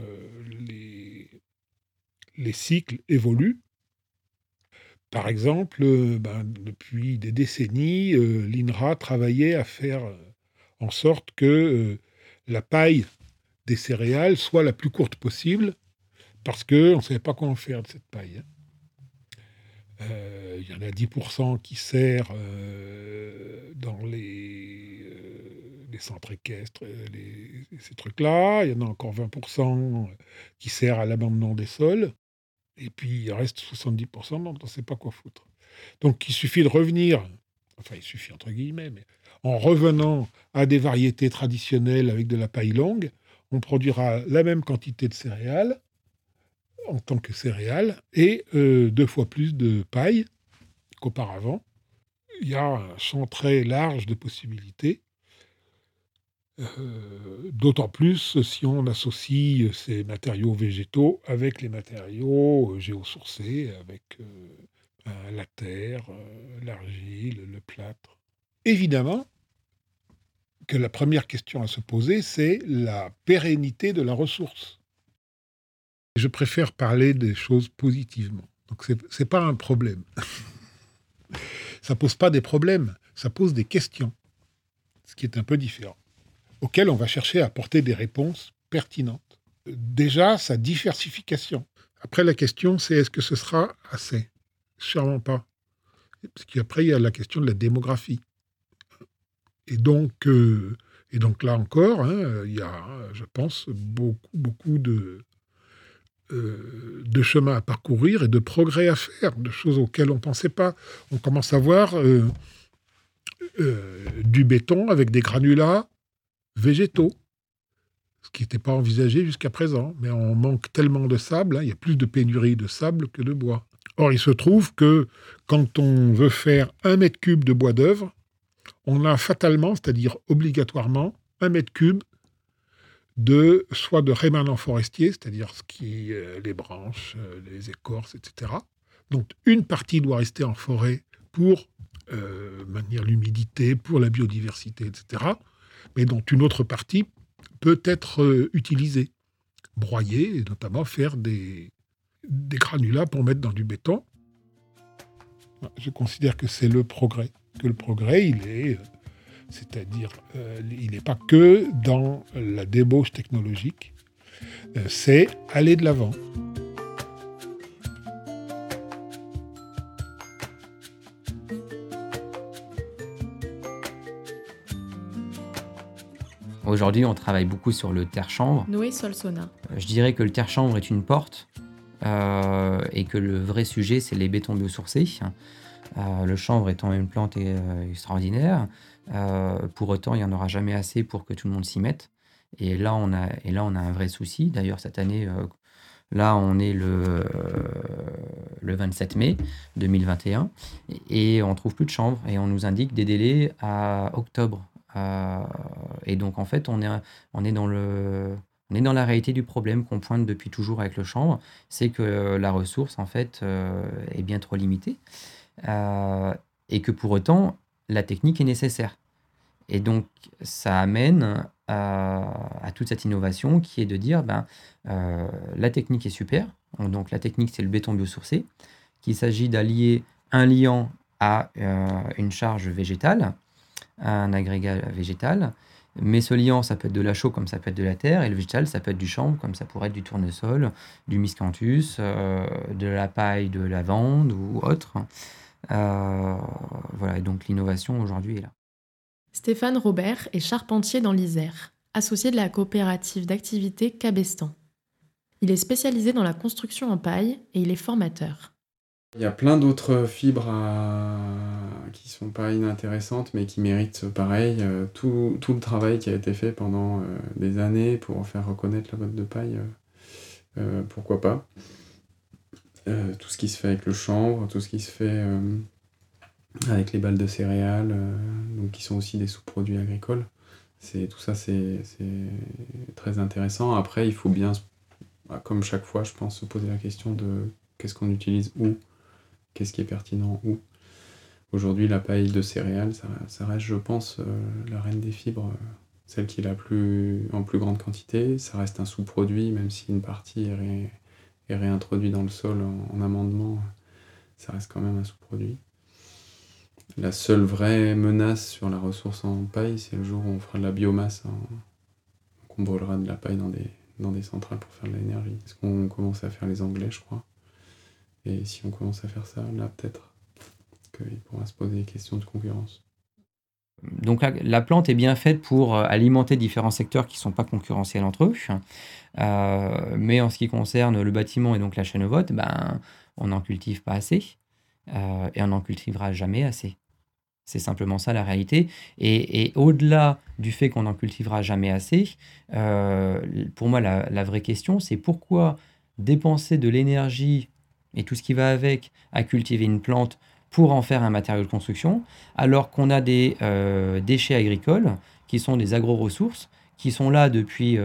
les cycles évoluent. Par exemple, depuis des décennies, l'INRA travaillait à faire en sorte que la paille des céréales soit la plus courte possible, parce qu'on ne savait pas quoi en faire de cette paille. Il y en a 10% qui sert dans les centres équestres, ces trucs-là. Il y en a encore 20% qui sert à l'abandon des sols. Et puis, il reste 70% dont on ne sait pas quoi foutre. Donc, il suffit de revenir, enfin, il suffit entre guillemets, mais en revenant à des variétés traditionnelles avec de la paille longue, on produira la même quantité de céréales en tant que céréales et 2 fois plus de paille qu'auparavant. Il y a un champ très large de possibilités, d'autant plus si on associe ces matériaux végétaux avec les matériaux géosourcés, avec la terre, l'argile, le plâtre. Évidemment que la première question à se poser, c'est la pérennité de la ressource. Je préfère parler des choses positivement. Donc, c'est pas un problème. Ça pose pas des problèmes, ça pose des questions, ce qui est un peu différent, auxquelles on va chercher à apporter des réponses pertinentes. Déjà, sa diversification. Après, la question, c'est est-ce que ce sera assez ? Sûrement pas. Parce qu'après, il y a la question de la démographie. Et donc là encore, il y a, je pense, beaucoup de chemin à parcourir et de progrès à faire, de choses auxquelles on ne pensait pas. On commence à voir du béton avec des granulats végétaux, ce qui n'était pas envisagé jusqu'à présent. Mais on manque tellement de sable, il y a plus de pénurie de sable que de bois. Or, il se trouve que quand on veut faire 1 mètre cube de bois d'œuvre, on a fatalement, c'est-à-dire obligatoirement, 1 mètre cube soit de rémanents forestiers, c'est-à-dire les branches, les écorces, etc. Donc, une partie doit rester en forêt pour maintenir l'humidité, pour la biodiversité, etc. Mais dont une autre partie peut être utilisée, broyée, et notamment faire des granulats pour mettre dans du béton. Je considère que c'est le progrès. Que le progrès, il n'est pas que dans la débauche technologique, c'est aller de l'avant. Aujourd'hui, on travaille beaucoup sur le terre-chanvre. Noé Solsona. Je dirais que le terre-chanvre est une porte et que le vrai sujet, c'est les bétons biosourcés. Le chanvre étant une plante extraordinaire, pour autant, il n'y en aura jamais assez pour que tout le monde s'y mette. Et là, on a un vrai souci. D'ailleurs, cette année, là, on est le 27 mai 2021 et on trouve plus de chanvre et on nous indique des délais à octobre. Et donc, en fait, on est dans la réalité du problème qu'on pointe depuis toujours avec le chanvre, c'est que la ressource, en fait, est bien trop limitée et que pour autant, la technique est nécessaire. Et donc, ça amène à toute cette innovation qui est de dire, la technique est super. Donc, la technique, c'est le béton biosourcé, qu'il s'agit d'allier un liant à une charge végétale, à un agrégat végétal. Mais ce liant, ça peut être de la chaux comme ça peut être de la terre, et le végétal, ça peut être du chanvre comme ça pourrait être du tournesol, du miscanthus, de la paille de lavande ou autre. Voilà, et donc l'innovation aujourd'hui est là. Stéphane Robert est charpentier dans l'Isère, associé de la coopérative d'activité Cabestan. Il est spécialisé dans la construction en paille et il est formateur. Il y a plein d'autres fibres qui sont pas inintéressantes, mais qui méritent pareil tout le travail qui a été fait pendant des années pour faire reconnaître la botte de paille. Pourquoi pas. Tout ce qui se fait avec le chanvre, tout ce qui se fait avec les balles de céréales, donc qui sont aussi des sous-produits agricoles. Tout ça, c'est très intéressant. Après, il faut bien, comme chaque fois, je pense, se poser la question de qu'est-ce qu'on utilise où, qu'est-ce qui est pertinent où. Aujourd'hui, la paille de céréales, ça reste, je pense, la reine des fibres, celle qui est en plus grande quantité. Ça reste un sous-produit, même si une partie est réintroduite dans le sol en amendement, ça reste quand même un sous-produit. La seule vraie menace sur la ressource en paille, c'est le jour où on fera de la biomasse, donc on brûlera de la paille dans des centrales pour faire de l'énergie. Parce qu'on commence à faire les Anglais, je crois. Et si on commence à faire ça, là, peut-être qu'il pourra se poser des questions de concurrence. Donc la plante est bien faite pour alimenter différents secteurs qui ne sont pas concurrentiels entre eux. Mais en ce qui concerne le bâtiment et donc la chènevotte, on n'en cultive pas assez et on n'en cultivera jamais assez. C'est simplement ça la réalité. Et au-delà du fait qu'on n'en cultivera jamais assez, pour moi la vraie question, c'est pourquoi dépenser de l'énergie et tout ce qui va avec à cultiver une plante pour en faire un matériau de construction, alors qu'on a des déchets agricoles qui sont des agro-ressources, qui sont là depuis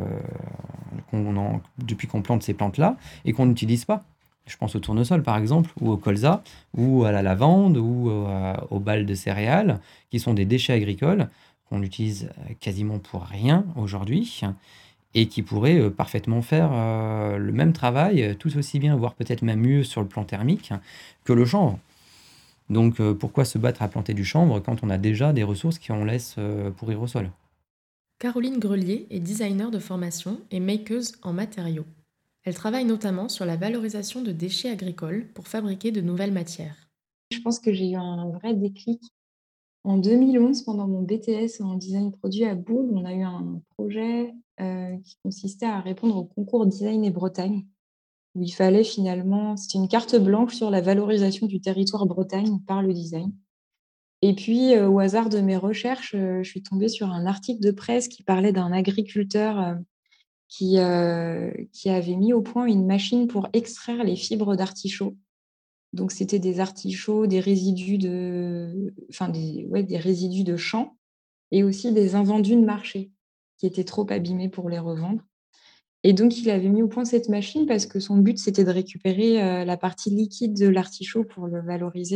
qu'on plante ces plantes-là et qu'on n'utilise pas. Je pense au tournesol par exemple, ou au colza, ou à la lavande, ou aux balles de céréales, qui sont des déchets agricoles qu'on utilise quasiment pour rien aujourd'hui, et qui pourraient parfaitement faire le même travail, tout aussi bien, voire peut-être même mieux sur le plan thermique, que le chanvre. Donc pourquoi se battre à planter du chanvre quand on a déjà des ressources qu'on laisse pourrir au sol? Caroline Grelier est designer de formation et makeuse en matériaux. Elle travaille notamment sur la valorisation de déchets agricoles pour fabriquer de nouvelles matières. Je pense que j'ai eu un vrai déclic en 2011 pendant mon BTS en design produit à Bourg. On a eu un projet qui consistait à répondre au concours Design et Bretagne, où il fallait finalement, c'était une carte blanche sur la valorisation du territoire Bretagne par le design. Et puis, au hasard de mes recherches, je suis tombée sur un article de presse qui parlait d'un agriculteur qui avait mis au point une machine pour extraire les fibres d'artichaut. Donc, c'était des artichauts, des résidus des résidus de champs et aussi des invendus de marché qui étaient trop abîmés pour les revendre. Et donc, il avait mis au point cette machine parce que son but, c'était de récupérer la partie liquide de l'artichaut pour la valoriser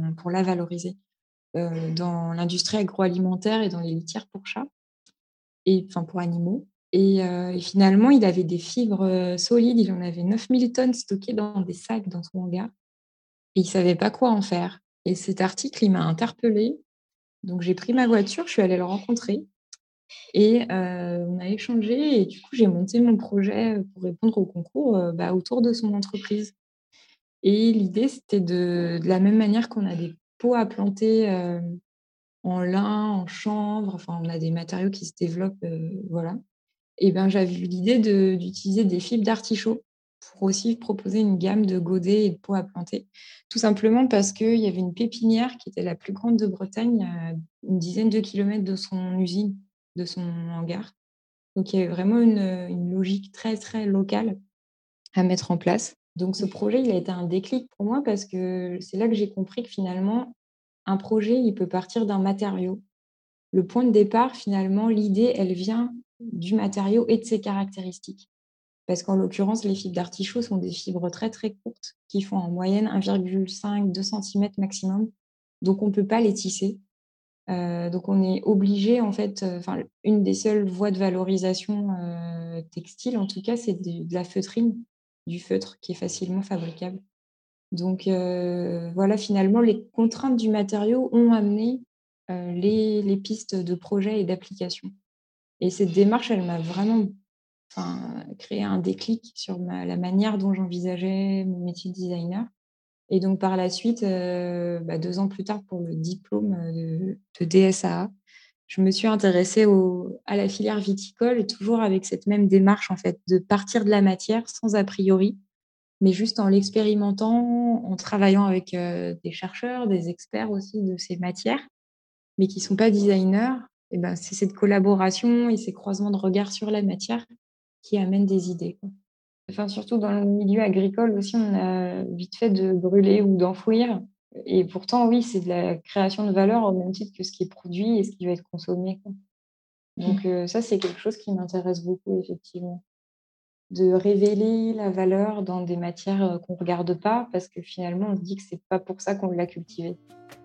dans l'industrie agroalimentaire et dans les litières pour chats, pour animaux. Et finalement, il avait des fibres solides. Il en avait 9000 tonnes stockées dans des sacs dans son hangar. Et il ne savait pas quoi en faire. Et cet article, il m'a interpellée. Donc, j'ai pris ma voiture, je suis allée le rencontrer. Et on a échangé. Et du coup, j'ai monté mon projet pour répondre au concours autour de son entreprise. Et l'idée, c'était de la même manière qu'on a des pots à planter en lin, en chanvre, enfin, on a des matériaux qui se développent, voilà. Et ben, j'avais eu l'idée d'utiliser des fibres d'artichaut pour aussi proposer une gamme de godets et de pots à planter. Tout simplement parce qu'il y avait une pépinière qui était la plus grande de Bretagne, à une dizaine de kilomètres de son usine, de son hangar. Donc il y avait vraiment une logique très, très locale à mettre en place. Donc ce projet, il a été un déclic pour moi parce que c'est là que j'ai compris que finalement, un projet, il peut partir d'un matériau. Le point de départ, finalement, l'idée, elle vient du matériau et de ses caractéristiques. Parce qu'en l'occurrence, les fibres d'artichaut sont des fibres très, très courtes qui font en moyenne 1,5-2 centimètres maximum. Donc on ne peut pas les tisser. Donc on est obligé en fait, enfin une des seules voies de valorisation, textile en tout cas, c'est de la feutrine, du feutre qui est facilement fabricable. Donc voilà, finalement, les contraintes du matériau ont amené, les pistes de projet et d'application. Et cette démarche, elle m'a vraiment, enfin, créé un déclic sur la manière dont j'envisageais mon métier de designer. Et donc par la suite, 2 ans plus tard pour le diplôme, de DSAA, je me suis intéressée à la filière viticole et toujours avec cette même démarche en fait, de partir de la matière sans a priori, mais juste en l'expérimentant, en travaillant avec, des chercheurs, des experts aussi de ces matières, mais qui ne sont pas designers. Et ben, c'est cette collaboration et ces croisements de regards sur la matière qui amènent des idées, quoi. Enfin, surtout dans le milieu agricole aussi, on a vite fait de brûler ou d'enfouir et pourtant, oui, c'est de la création de valeur au même titre que ce qui est produit et ce qui va être consommé, quoi. Donc ça, c'est quelque chose qui m'intéresse beaucoup effectivement. De révéler la valeur dans des matières, qu'on ne regarde pas parce que finalement, on se dit que c'est pas pour ça qu'on l'a cultivé.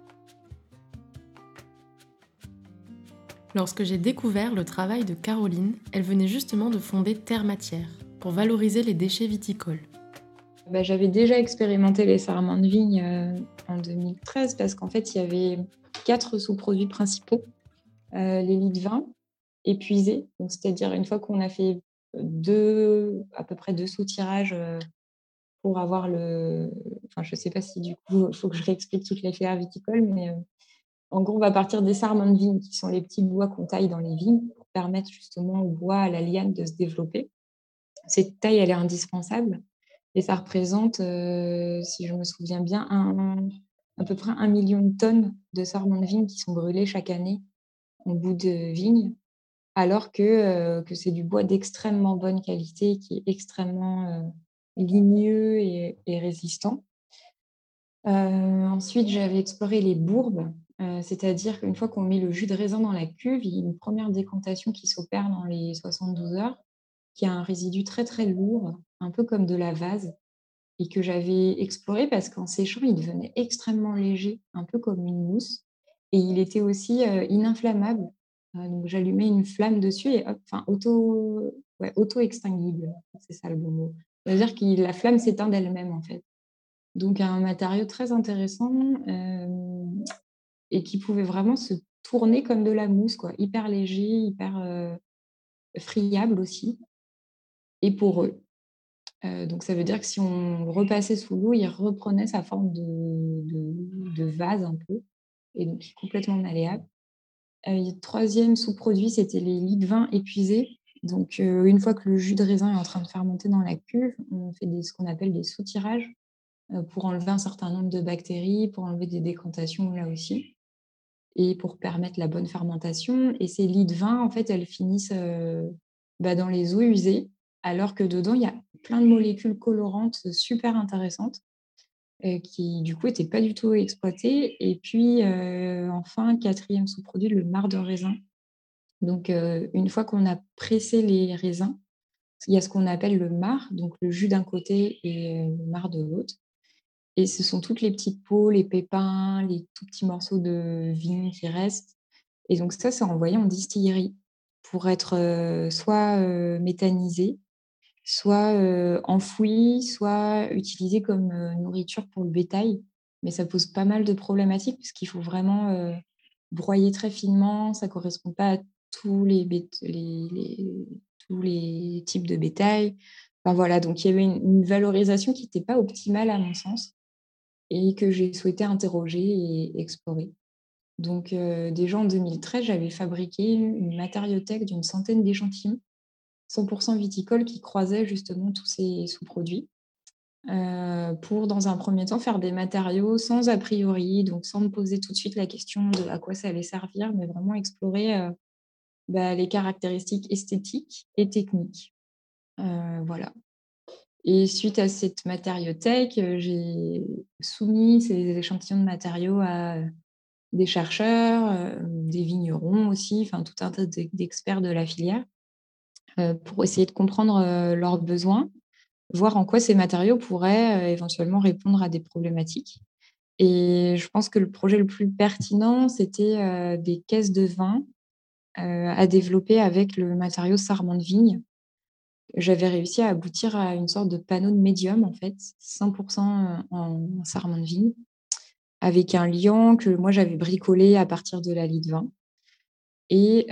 Lorsque j'ai découvert le travail de Caroline, elle venait justement de fonder Terre Matière pour valoriser les déchets viticoles. J'avais déjà expérimenté les sarments de vigne, en 2013 parce qu'en fait, il y avait 4 sous-produits principaux. Les lits de vin épuisés, donc c'est-à-dire une fois qu'on a fait, à peu près 2 soutirages, pour avoir enfin, je sais pas si du coup, il faut que je réexplique toutes les filières viticoles, mais en gros, on va partir des sarments de vigne qui sont les petits bois qu'on taille dans les vignes pour permettre justement au bois, à la liane de se développer. Cette taille, elle est indispensable et ça représente, si je me souviens bien, à peu près 1 million de tonnes de sarments de vigne qui sont brûlés chaque année en bout de vigne, alors que c'est du bois d'extrêmement bonne qualité, qui est extrêmement, ligneux et résistant. Ensuite, j'avais exploré les bourbes, c'est-à-dire qu'une fois qu'on met le jus de raisin dans la cuve, il y a une première décantation qui s'opère dans les 72 heures, qui a un résidu très, très lourd, un peu comme de la vase et que j'avais exploré parce qu'en séchant, il devenait extrêmement léger, un peu comme une mousse et il était aussi, ininflammable. Donc j'allumais une flamme dessus et hop, enfin auto-extinguible, c'est ça le bon mot. C'est-à-dire que la flamme s'éteint d'elle-même, en fait. Donc un matériau très intéressant, et qui pouvait vraiment se tourner comme de la mousse, quoi. Hyper léger, hyper, friable aussi et poreux. Donc ça veut dire que si on repassait sous l'eau, il reprenait sa forme de vase un peu et donc il est complètement malléable. Le 3e sous-produit, c'était les lits de vin épuisés. Donc une fois que le jus de raisin est en train de fermenter dans la cuve, on fait ce qu'on appelle des soutirages, pour enlever un certain nombre de bactéries, pour enlever des décantations là aussi et pour permettre la bonne fermentation et ces lits de vin, en fait, elles finissent, dans les eaux usées, alors que dedans, il y a plein de molécules colorantes super intéressantes, qui du coup étaient pas du tout exploitées et puis, enfin, 4e sous-produit, le marc de raisin. Donc, une fois qu'on a pressé les raisins, il y a ce qu'on appelle le marc, donc le jus d'un côté et le marc de l'autre. Et ce sont toutes les petites peaux, les pépins, les tout petits morceaux de vigne qui restent. Et donc ça, c'est envoyé en distillerie pour être, soit, méthanisé, soit, enfoui, soit utilisé comme, nourriture pour le bétail. Mais ça pose pas mal de problématiques puisqu'il faut vraiment, broyer très finement. Ça correspond pas à tous tous les types de bétail. Enfin voilà, donc il y avait une valorisation qui n'était pas optimale à mon sens et que j'ai souhaité interroger et explorer. Donc, déjà en 2013, j'avais fabriqué une matériothèque d'une centaine d'échantillons, 100% viticoles, qui croisaient justement tous ces sous-produits, pour, dans un premier temps, faire des matériaux sans a priori, donc sans me poser tout de suite la question de à quoi ça allait servir, mais vraiment explorer les caractéristiques esthétiques et techniques. Voilà. Et suite à cette matériothèque, j'ai soumis ces échantillons de matériaux à des chercheurs, des vignerons aussi, enfin tout un tas d'experts de la filière, pour essayer de comprendre leurs besoins, voir en quoi ces matériaux pourraient éventuellement répondre à des problématiques. Et je pense que le projet le plus pertinent, c'était des caisses de vin à développer avec le matériau sarment de vigne. J'avais réussi à aboutir à une sorte de panneau de médium, en fait, 100% en sarment de vigne, avec un liant que moi j'avais bricolé à partir de la lie de vin. Et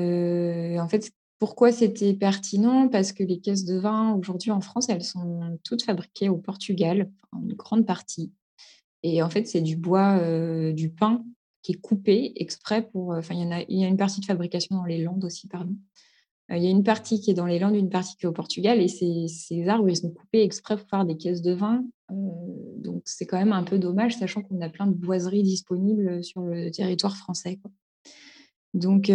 en fait, pourquoi c'était pertinent? Parce que les caisses de vin, aujourd'hui en France, elles sont toutes fabriquées au Portugal, enfin une grande partie. Et en fait, c'est du bois, du pin qui est coupé exprès pour, enfin il y a une partie de fabrication dans les Landes aussi, pardon. Il y a une partie qui est dans les Landes, une partie qui est au Portugal, et ces arbres, ils sont coupés exprès pour faire des caisses de vin. Donc c'est quand même un peu dommage, sachant qu'on a plein de boiseries disponibles sur le territoire français, quoi. Donc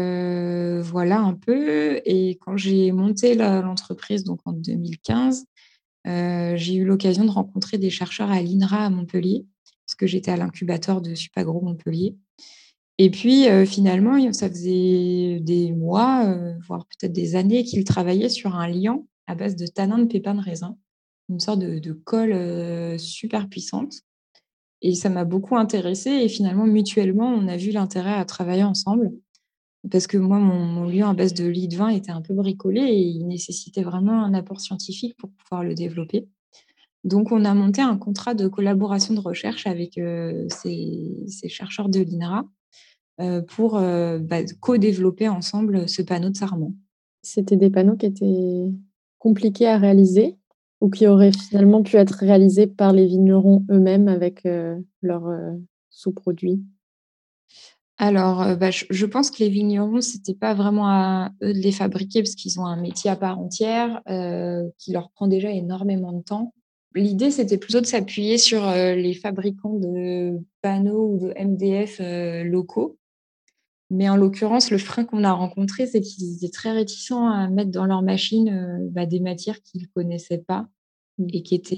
voilà un peu. Et quand j'ai monté l'entreprise, donc en 2015, j'ai eu l'occasion de rencontrer des chercheurs à l'INRA à Montpellier, parce que j'étais à l'incubateur de Supagro Montpellier. Et puis, finalement, ça faisait des mois, voire peut-être des années qu'ils travaillaient sur un liant à base de tanin de pépins de raisin, une sorte de colle, super puissante. Et ça m'a beaucoup intéressée, et finalement, mutuellement, on a vu l'intérêt à travailler ensemble, parce que moi, mon liant à base de lie de vin était un peu bricolé et il nécessitait vraiment un apport scientifique pour pouvoir le développer. Donc on a monté un contrat de collaboration de recherche avec, ces chercheurs de l'INRA, pour co-développer ensemble ce panneau de sarment. C'était des panneaux qui étaient compliqués à réaliser ou qui auraient finalement pu être réalisés par les vignerons eux-mêmes avec leurs sous-produits? Alors, je pense que les vignerons, c'était pas vraiment à eux de les fabriquer, parce qu'ils ont un métier à part entière, qui leur prend déjà énormément de temps. L'idée, c'était plutôt de s'appuyer sur les fabricants de panneaux ou de MDF locaux. Mais en l'occurrence, le frein qu'on a rencontré, c'est qu'ils étaient très réticents à mettre dans leur machine des matières qu'ils ne connaissaient pas et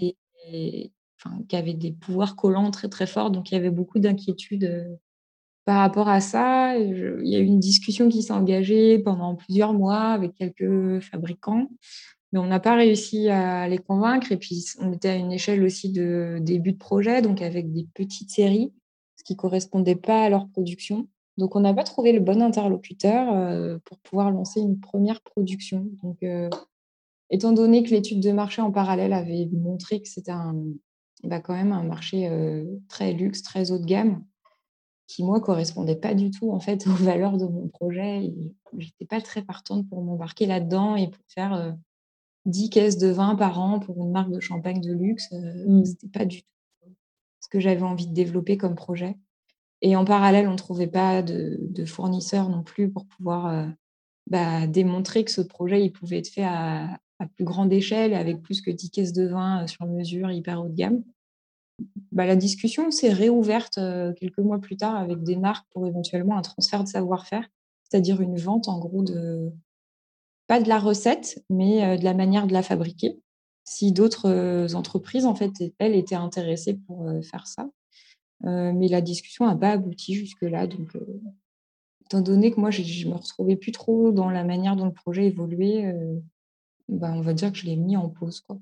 qui avaient des pouvoirs collants très très forts. Donc il y avait beaucoup d'inquiétudes par rapport à ça. Il y a eu une discussion qui s'est engagée pendant plusieurs mois avec quelques fabricants, mais on n'a pas réussi à les convaincre. Et puis on était à une échelle aussi de début de projet, donc avec des petites séries, ce qui ne correspondait pas à leur production. Donc on n'a pas trouvé le bon interlocuteur pour pouvoir lancer une première production. Donc étant donné que l'étude de marché en parallèle avait montré que c'était quand même un marché très luxe, très haut de gamme, qui moi correspondait pas du tout en fait aux valeurs de mon projet, et j'étais pas très partante pour m'embarquer là-dedans et pour faire 10 caisses de vin par an pour une marque de champagne de luxe. C'était pas du tout ce que j'avais envie de développer comme projet. Et en parallèle, on trouvait pas de fournisseurs non plus pour pouvoir démontrer que ce projet, il pouvait être fait à plus grande échelle et avec plus que 10 caisses de vin sur mesure, hyper haut de gamme. La discussion s'est réouverte quelques mois plus tard avec des marques pour éventuellement un transfert de savoir-faire, c'est-à-dire une vente en gros pas de la recette, mais de la manière de la fabriquer. Si d'autres entreprises, en fait, elles étaient intéressées pour faire ça. Mais la discussion n'a pas abouti jusque-là. Donc, étant donné que moi, je me retrouvais plus trop dans la manière dont le projet évoluait, on va dire que je l'ai mis en pause, quoi.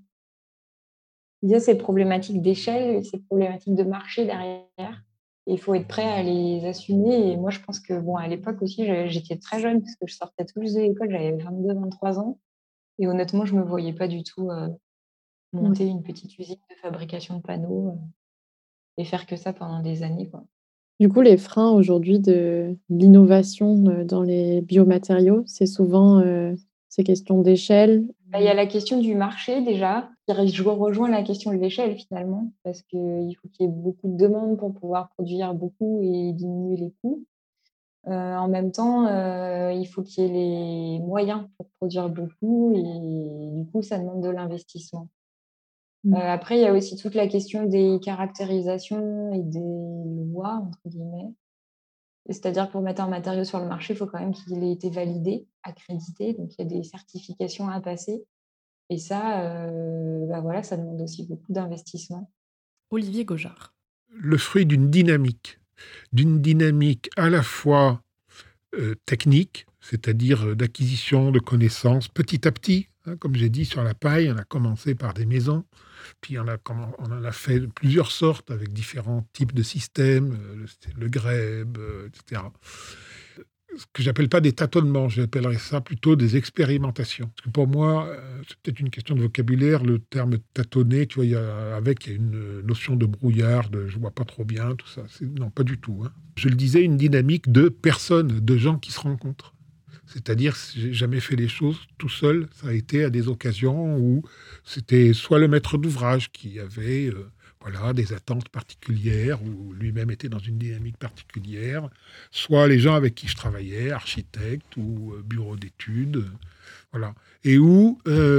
Il y a ces problématiques d'échelle, ces problématiques de marché derrière. Et il faut être prêt à les assumer. Et moi, je pense que, à l'époque aussi, j'étais très jeune parce que je sortais tout juste de l'école, j'avais 22, 23 ans. Et honnêtement, je ne me voyais pas du tout monter une petite usine de fabrication de panneaux et faire que ça pendant des années, quoi. Du coup, les freins aujourd'hui de l'innovation dans les biomatériaux, c'est souvent ces questions d'échelle, Il y a la question du marché déjà. Je rejoins la question de l'échelle finalement, parce qu'il faut qu'il y ait beaucoup de demandes pour pouvoir produire beaucoup et diminuer les coûts. En même temps, il faut qu'il y ait les moyens pour produire beaucoup et du coup, ça demande de l'investissement. Après, il y a aussi toute la question des caractérisations et des lois, entre guillemets. C'est-à-dire que pour mettre un matériau sur le marché, il faut quand même qu'il ait été validé, accrédité. Donc, il y a des certifications à passer. Et ça, voilà, ça demande aussi beaucoup d'investissement. Olivier Gaujard. Le fruit d'une dynamique à la fois technique, c'est-à-dire d'acquisition de connaissances petit à petit. Hein, comme j'ai dit, sur la paille, on a commencé par des maisons, puis on en a fait de plusieurs sortes avec différents types de systèmes, le grèbe, etc. Ce que j'appelle pas des tâtonnements, j'appellerais ça plutôt des expérimentations. Parce que pour moi, c'est peut-être une question de vocabulaire, le terme tâtonner, tu vois, il y a une notion de brouillard, de je vois pas trop bien, tout ça. Non, pas du tout. Hein. Je le disais, une dynamique de personnes, de gens qui se rencontrent. C'est-à-dire, j'ai jamais fait les choses tout seul. Ça a été à des occasions où c'était soit le maître d'ouvrage qui avait des attentes particulières, ou lui-même était dans une dynamique particulière, soit les gens avec qui je travaillais, architectes ou bureaux d'études, voilà. Et où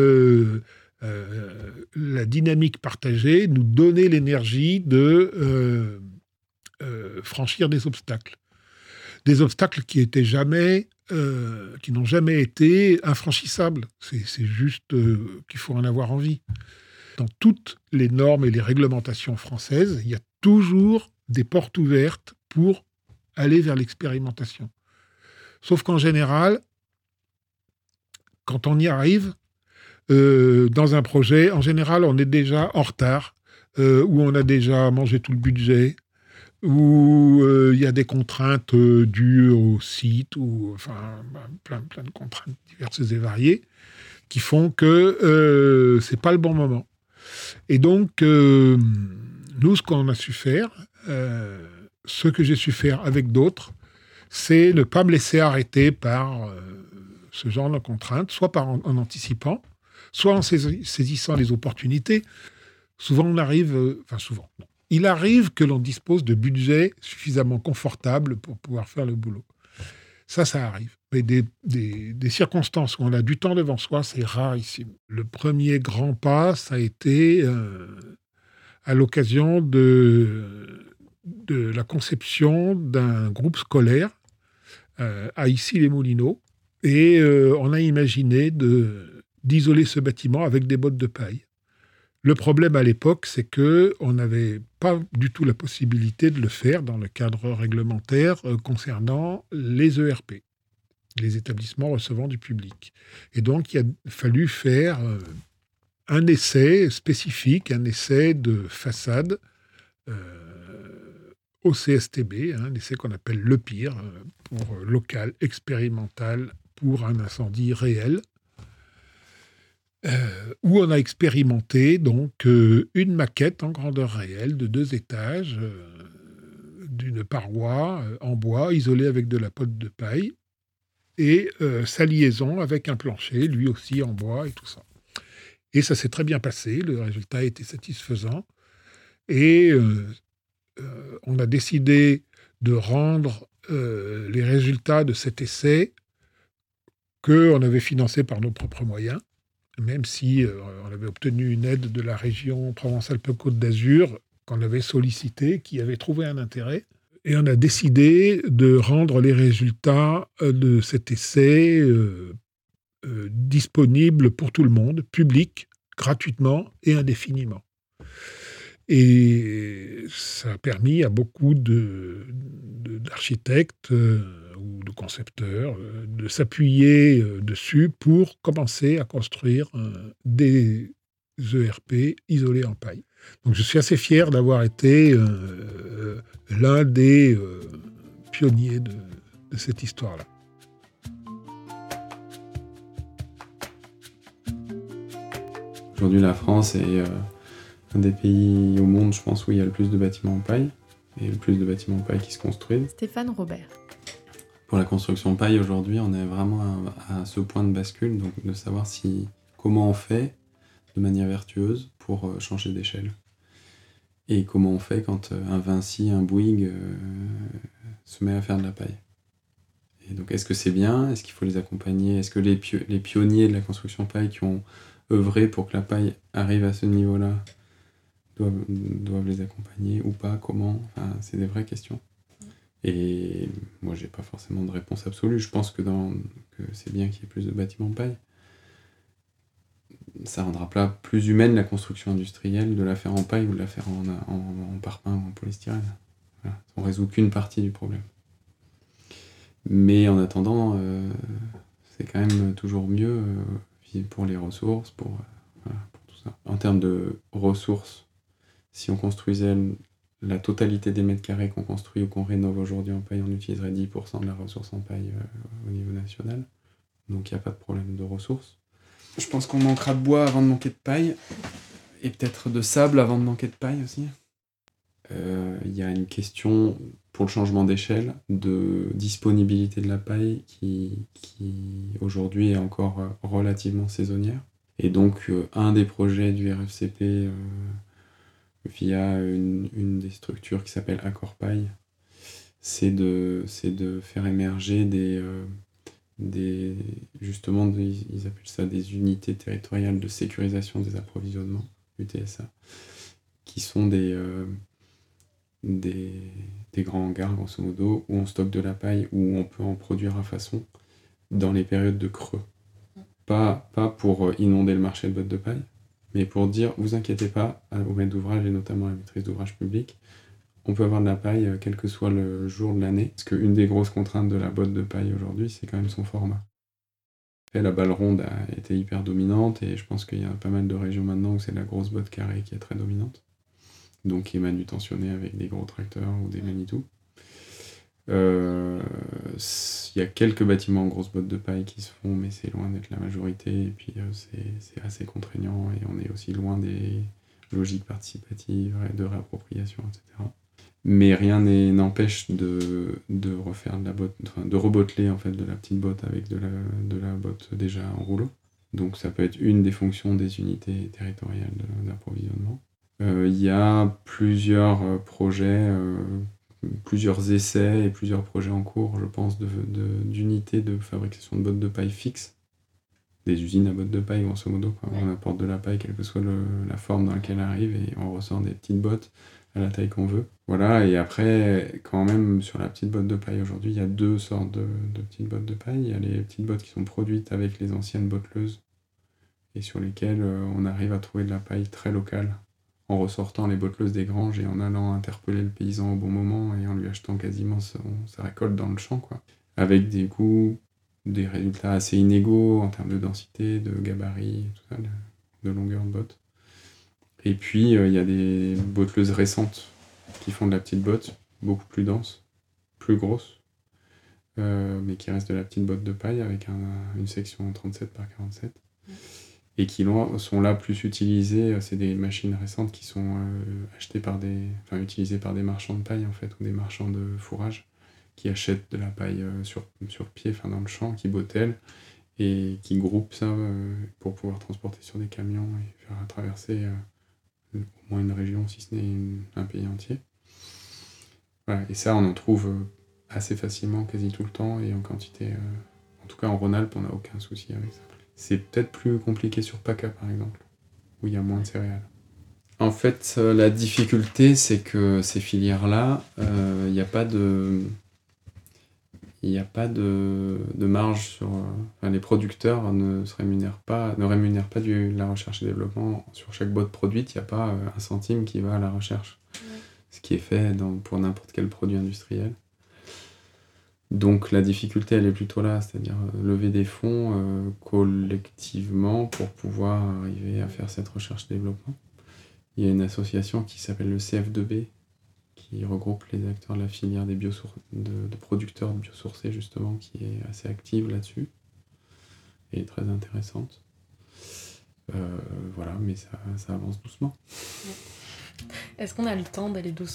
la dynamique partagée nous donnait l'énergie de franchir des obstacles. Des obstacles qui n'ont jamais été infranchissables. C'est juste qu'il faut en avoir envie. Dans toutes les normes et les réglementations françaises, il y a toujours des portes ouvertes pour aller vers l'expérimentation. Sauf qu'en général, quand on y arrive, dans un projet, en général, on est déjà en retard, où on a déjà mangé tout le budget, où il y a des contraintes dues au site, ou plein de contraintes diverses et variées, qui font que c'est pas le bon moment. Et donc, nous, ce qu'on a su faire, ce que j'ai su faire avec d'autres, c'est ne pas me laisser arrêter par ce genre de contraintes, soit en anticipant, soit en saisissant les opportunités. Souvent, on arrive... souvent, non. Il arrive que l'on dispose de budgets suffisamment confortables pour pouvoir faire le boulot. Ça arrive. Mais des circonstances où on a du temps devant soi, c'est rarissime. Le premier grand pas, ça a été à l'occasion de la conception d'un groupe scolaire à Issy-les-Moulineaux. Et on a imaginé d'isoler ce bâtiment avec des bottes de paille. Le problème à l'époque, c'est qu'on n'avait pas du tout la possibilité de le faire dans le cadre réglementaire concernant les ERP, les établissements recevant du public. Et donc, il a fallu faire un essai spécifique, un essai de façade au CSTB, un essai qu'on appelle le PIR, pour local expérimental pour un incendie réel. Où on a expérimenté donc une maquette en grandeur réelle de 2 étages, d'une paroi en bois isolée avec de la potte de paille et sa liaison avec un plancher, lui aussi en bois et tout ça. Et ça s'est très bien passé, le résultat a été satisfaisant et on a décidé de rendre les résultats de cet essai qu'on avait financé par nos propres moyens, même si on avait obtenu une aide de la région Provence-Alpes-Côte d'Azur, qu'on avait sollicité, qui avait trouvé un intérêt. Et on a décidé de rendre les résultats de cet essai disponibles pour tout le monde, public, gratuitement et indéfiniment. Et ça a permis à beaucoup d'architectes ou de concepteurs de s'appuyer dessus pour commencer à construire des ERP isolés en paille. Donc je suis assez fier d'avoir été l'un des pionniers de cette histoire-là. Aujourd'hui, la France est un des pays au monde, je pense, où il y a le plus de bâtiments en paille, et le plus de bâtiments en paille qui se construisent. Stéphane Robert. Pour la construction paille, aujourd'hui, on est vraiment à ce point de bascule, donc de savoir comment on fait de manière vertueuse pour changer d'échelle. Et comment on fait quand un Vinci, un Bouygues se met à faire de la paille. Et donc, est-ce que c'est bien ? Est-ce qu'il faut les accompagner ? Est-ce que les pionniers de la construction paille qui ont œuvré pour que la paille arrive à ce niveau-là doivent les accompagner ou pas ? Comment ? Enfin, c'est des vraies questions. Et moi, j'ai pas forcément de réponse absolue. Je pense que c'est bien qu'il y ait plus de bâtiments paille. Ça rendra plus humaine la construction industrielle de la faire en paille ou de la faire en parpaing ou en polystyrène. Voilà. On ne résout qu'une partie du problème. Mais en attendant, c'est quand même toujours mieux pour les ressources, pour tout ça. En termes de ressources, si on construisait la totalité des mètres carrés qu'on construit ou qu'on rénove aujourd'hui en paille, on utiliserait 10% de la ressource en paille au niveau national. Donc il n'y a pas de problème de ressources. Je pense qu'on manquera de bois avant de manquer de paille, et peut-être de sable avant de manquer de paille aussi. Il y a une question, pour le changement d'échelle, de disponibilité de la paille qui aujourd'hui est encore relativement saisonnière. Et donc, un des projets du RFCP, via une des structures qui s'appelle Accor Paille, c'est de faire émerger justement, ils appellent ça des unités territoriales de sécurisation des approvisionnements, UTSA, qui sont des grands hangars, grosso modo, où on stocke de la paille, où on peut en produire à façon dans les périodes de creux. Pas pour inonder le marché de bottes de paille, mais pour dire, vous inquiétez pas, au maître d'ouvrage et notamment à la maîtrise d'ouvrage public, on peut avoir de la paille quel que soit le jour de l'année. Parce qu'une des grosses contraintes de la botte de paille aujourd'hui, c'est quand même son format. Et la balle ronde a été hyper dominante, et je pense qu'il y a pas mal de régions maintenant où c'est la grosse botte carrée qui est très dominante. Donc qui est manutentionnée avec des gros tracteurs ou des Manitou. Il y a quelques bâtiments en grosses bottes de paille qui se font, mais c'est loin d'être la majorité, et puis c'est assez contraignant, et on est aussi loin des logiques participatives, de réappropriation, etc. Mais rien n'empêche de refaire de la botte, enfin, de rebotteler en fait de la petite botte avec de la botte déjà en rouleau. Donc ça peut être une des fonctions des unités territoriales d'approvisionnement. Il y a plusieurs projets, plusieurs essais et plusieurs projets en cours, je pense, d'unités de fabrication de bottes de paille fixes. Des usines à bottes de paille, grosso modo, quoi. On apporte de la paille, quelle que soit la forme dans laquelle elle arrive, et on ressort des petites bottes à la taille qu'on veut. Voilà, et après, quand même, sur la petite botte de paille aujourd'hui, il y a deux sortes de petites bottes de paille. Il y a les petites bottes qui sont produites avec les anciennes botteleuses, et sur lesquelles on arrive à trouver de la paille très locale, en ressortant les botteleuses des granges et en allant interpeller le paysan au bon moment et en lui achetant quasiment sa récolte dans le champ, quoi. Avec des résultats assez inégaux en termes de densité, de gabarit, tout ça, de longueur de botte. Et puis, il y a des botteleuses récentes qui font de la petite botte, beaucoup plus dense, plus grosse, mais qui reste de la petite botte de paille avec une section 37 par 47. Et qui sont là plus utilisées. C'est des machines récentes qui sont utilisées par des marchands de paille, en fait, ou des marchands de fourrage, qui achètent de la paille sur pied, dans le champ, qui bottellent, et qui groupent ça pour pouvoir transporter sur des camions et faire traverser au moins une région, si ce n'est un pays entier. Voilà. Et ça, on en trouve assez facilement, quasi tout le temps, et en quantité. En tout cas, en Rhône-Alpes, on n'a aucun souci avec ça. C'est peut-être plus compliqué sur PACA, par exemple, où il y a moins de céréales. En fait, la difficulté, c'est que ces filières-là, il n'y a pas de marge sur... les producteurs ne rémunèrent pas de la recherche et développement. Sur chaque botte produite, il n'y a pas un centime qui va à la recherche. Ouais. Ce qui est fait pour n'importe quel produit industriel. Donc la difficulté, elle est plutôt là, c'est-à-dire lever des fonds collectivement pour pouvoir arriver à faire cette recherche-développement. Il y a une association qui s'appelle le CF2B, qui regroupe les acteurs de la filière des de producteurs de biosourcés, justement, qui est assez active là-dessus et très intéressante. Voilà, mais ça avance doucement. Est-ce qu'on a le temps d'aller doucement ?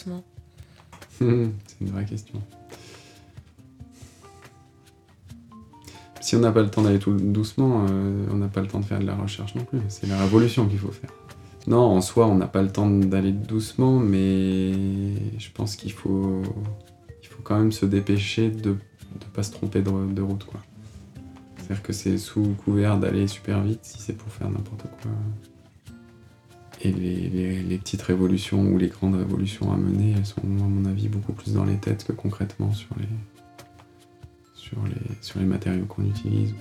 C'est une vraie question. Si on n'a pas le temps d'aller tout doucement, on n'a pas le temps de faire de la recherche non plus. C'est la révolution qu'il faut faire. Non, en soi, on n'a pas le temps d'aller doucement, mais je pense qu'il faut quand même se dépêcher de ne pas se tromper de route, quoi. C'est-à-dire que c'est sous couvert d'aller super vite si c'est pour faire n'importe quoi. Et les petites révolutions ou les grandes révolutions à mener, elles sont, à mon avis, beaucoup plus dans les têtes que concrètement sur les matériaux qu'on utilise.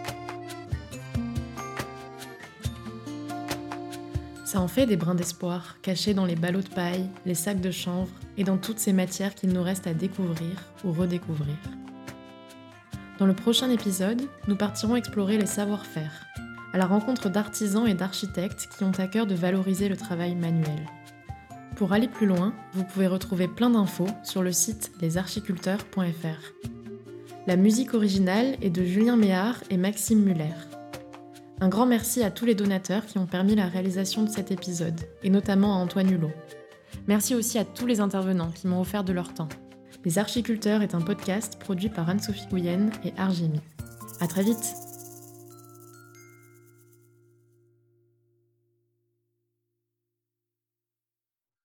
Ça en fait des brins d'espoir, cachés dans les ballots de paille, les sacs de chanvre et dans toutes ces matières qu'il nous reste à découvrir ou redécouvrir. Dans le prochain épisode, nous partirons explorer les savoir-faire, à la rencontre d'artisans et d'architectes qui ont à cœur de valoriser le travail manuel. Pour aller plus loin, vous pouvez retrouver plein d'infos sur le site lesarchiculteurs.fr. La musique originale est de Julien Méhard et Maxime Muller. Un grand merci à tous les donateurs qui ont permis la réalisation de cet épisode, et notamment à Antoine Hulot. Merci aussi à tous les intervenants qui m'ont offert de leur temps. Les Archiculteurs est un podcast produit par Anne-Sophie Gouyen et Argémy. À très vite!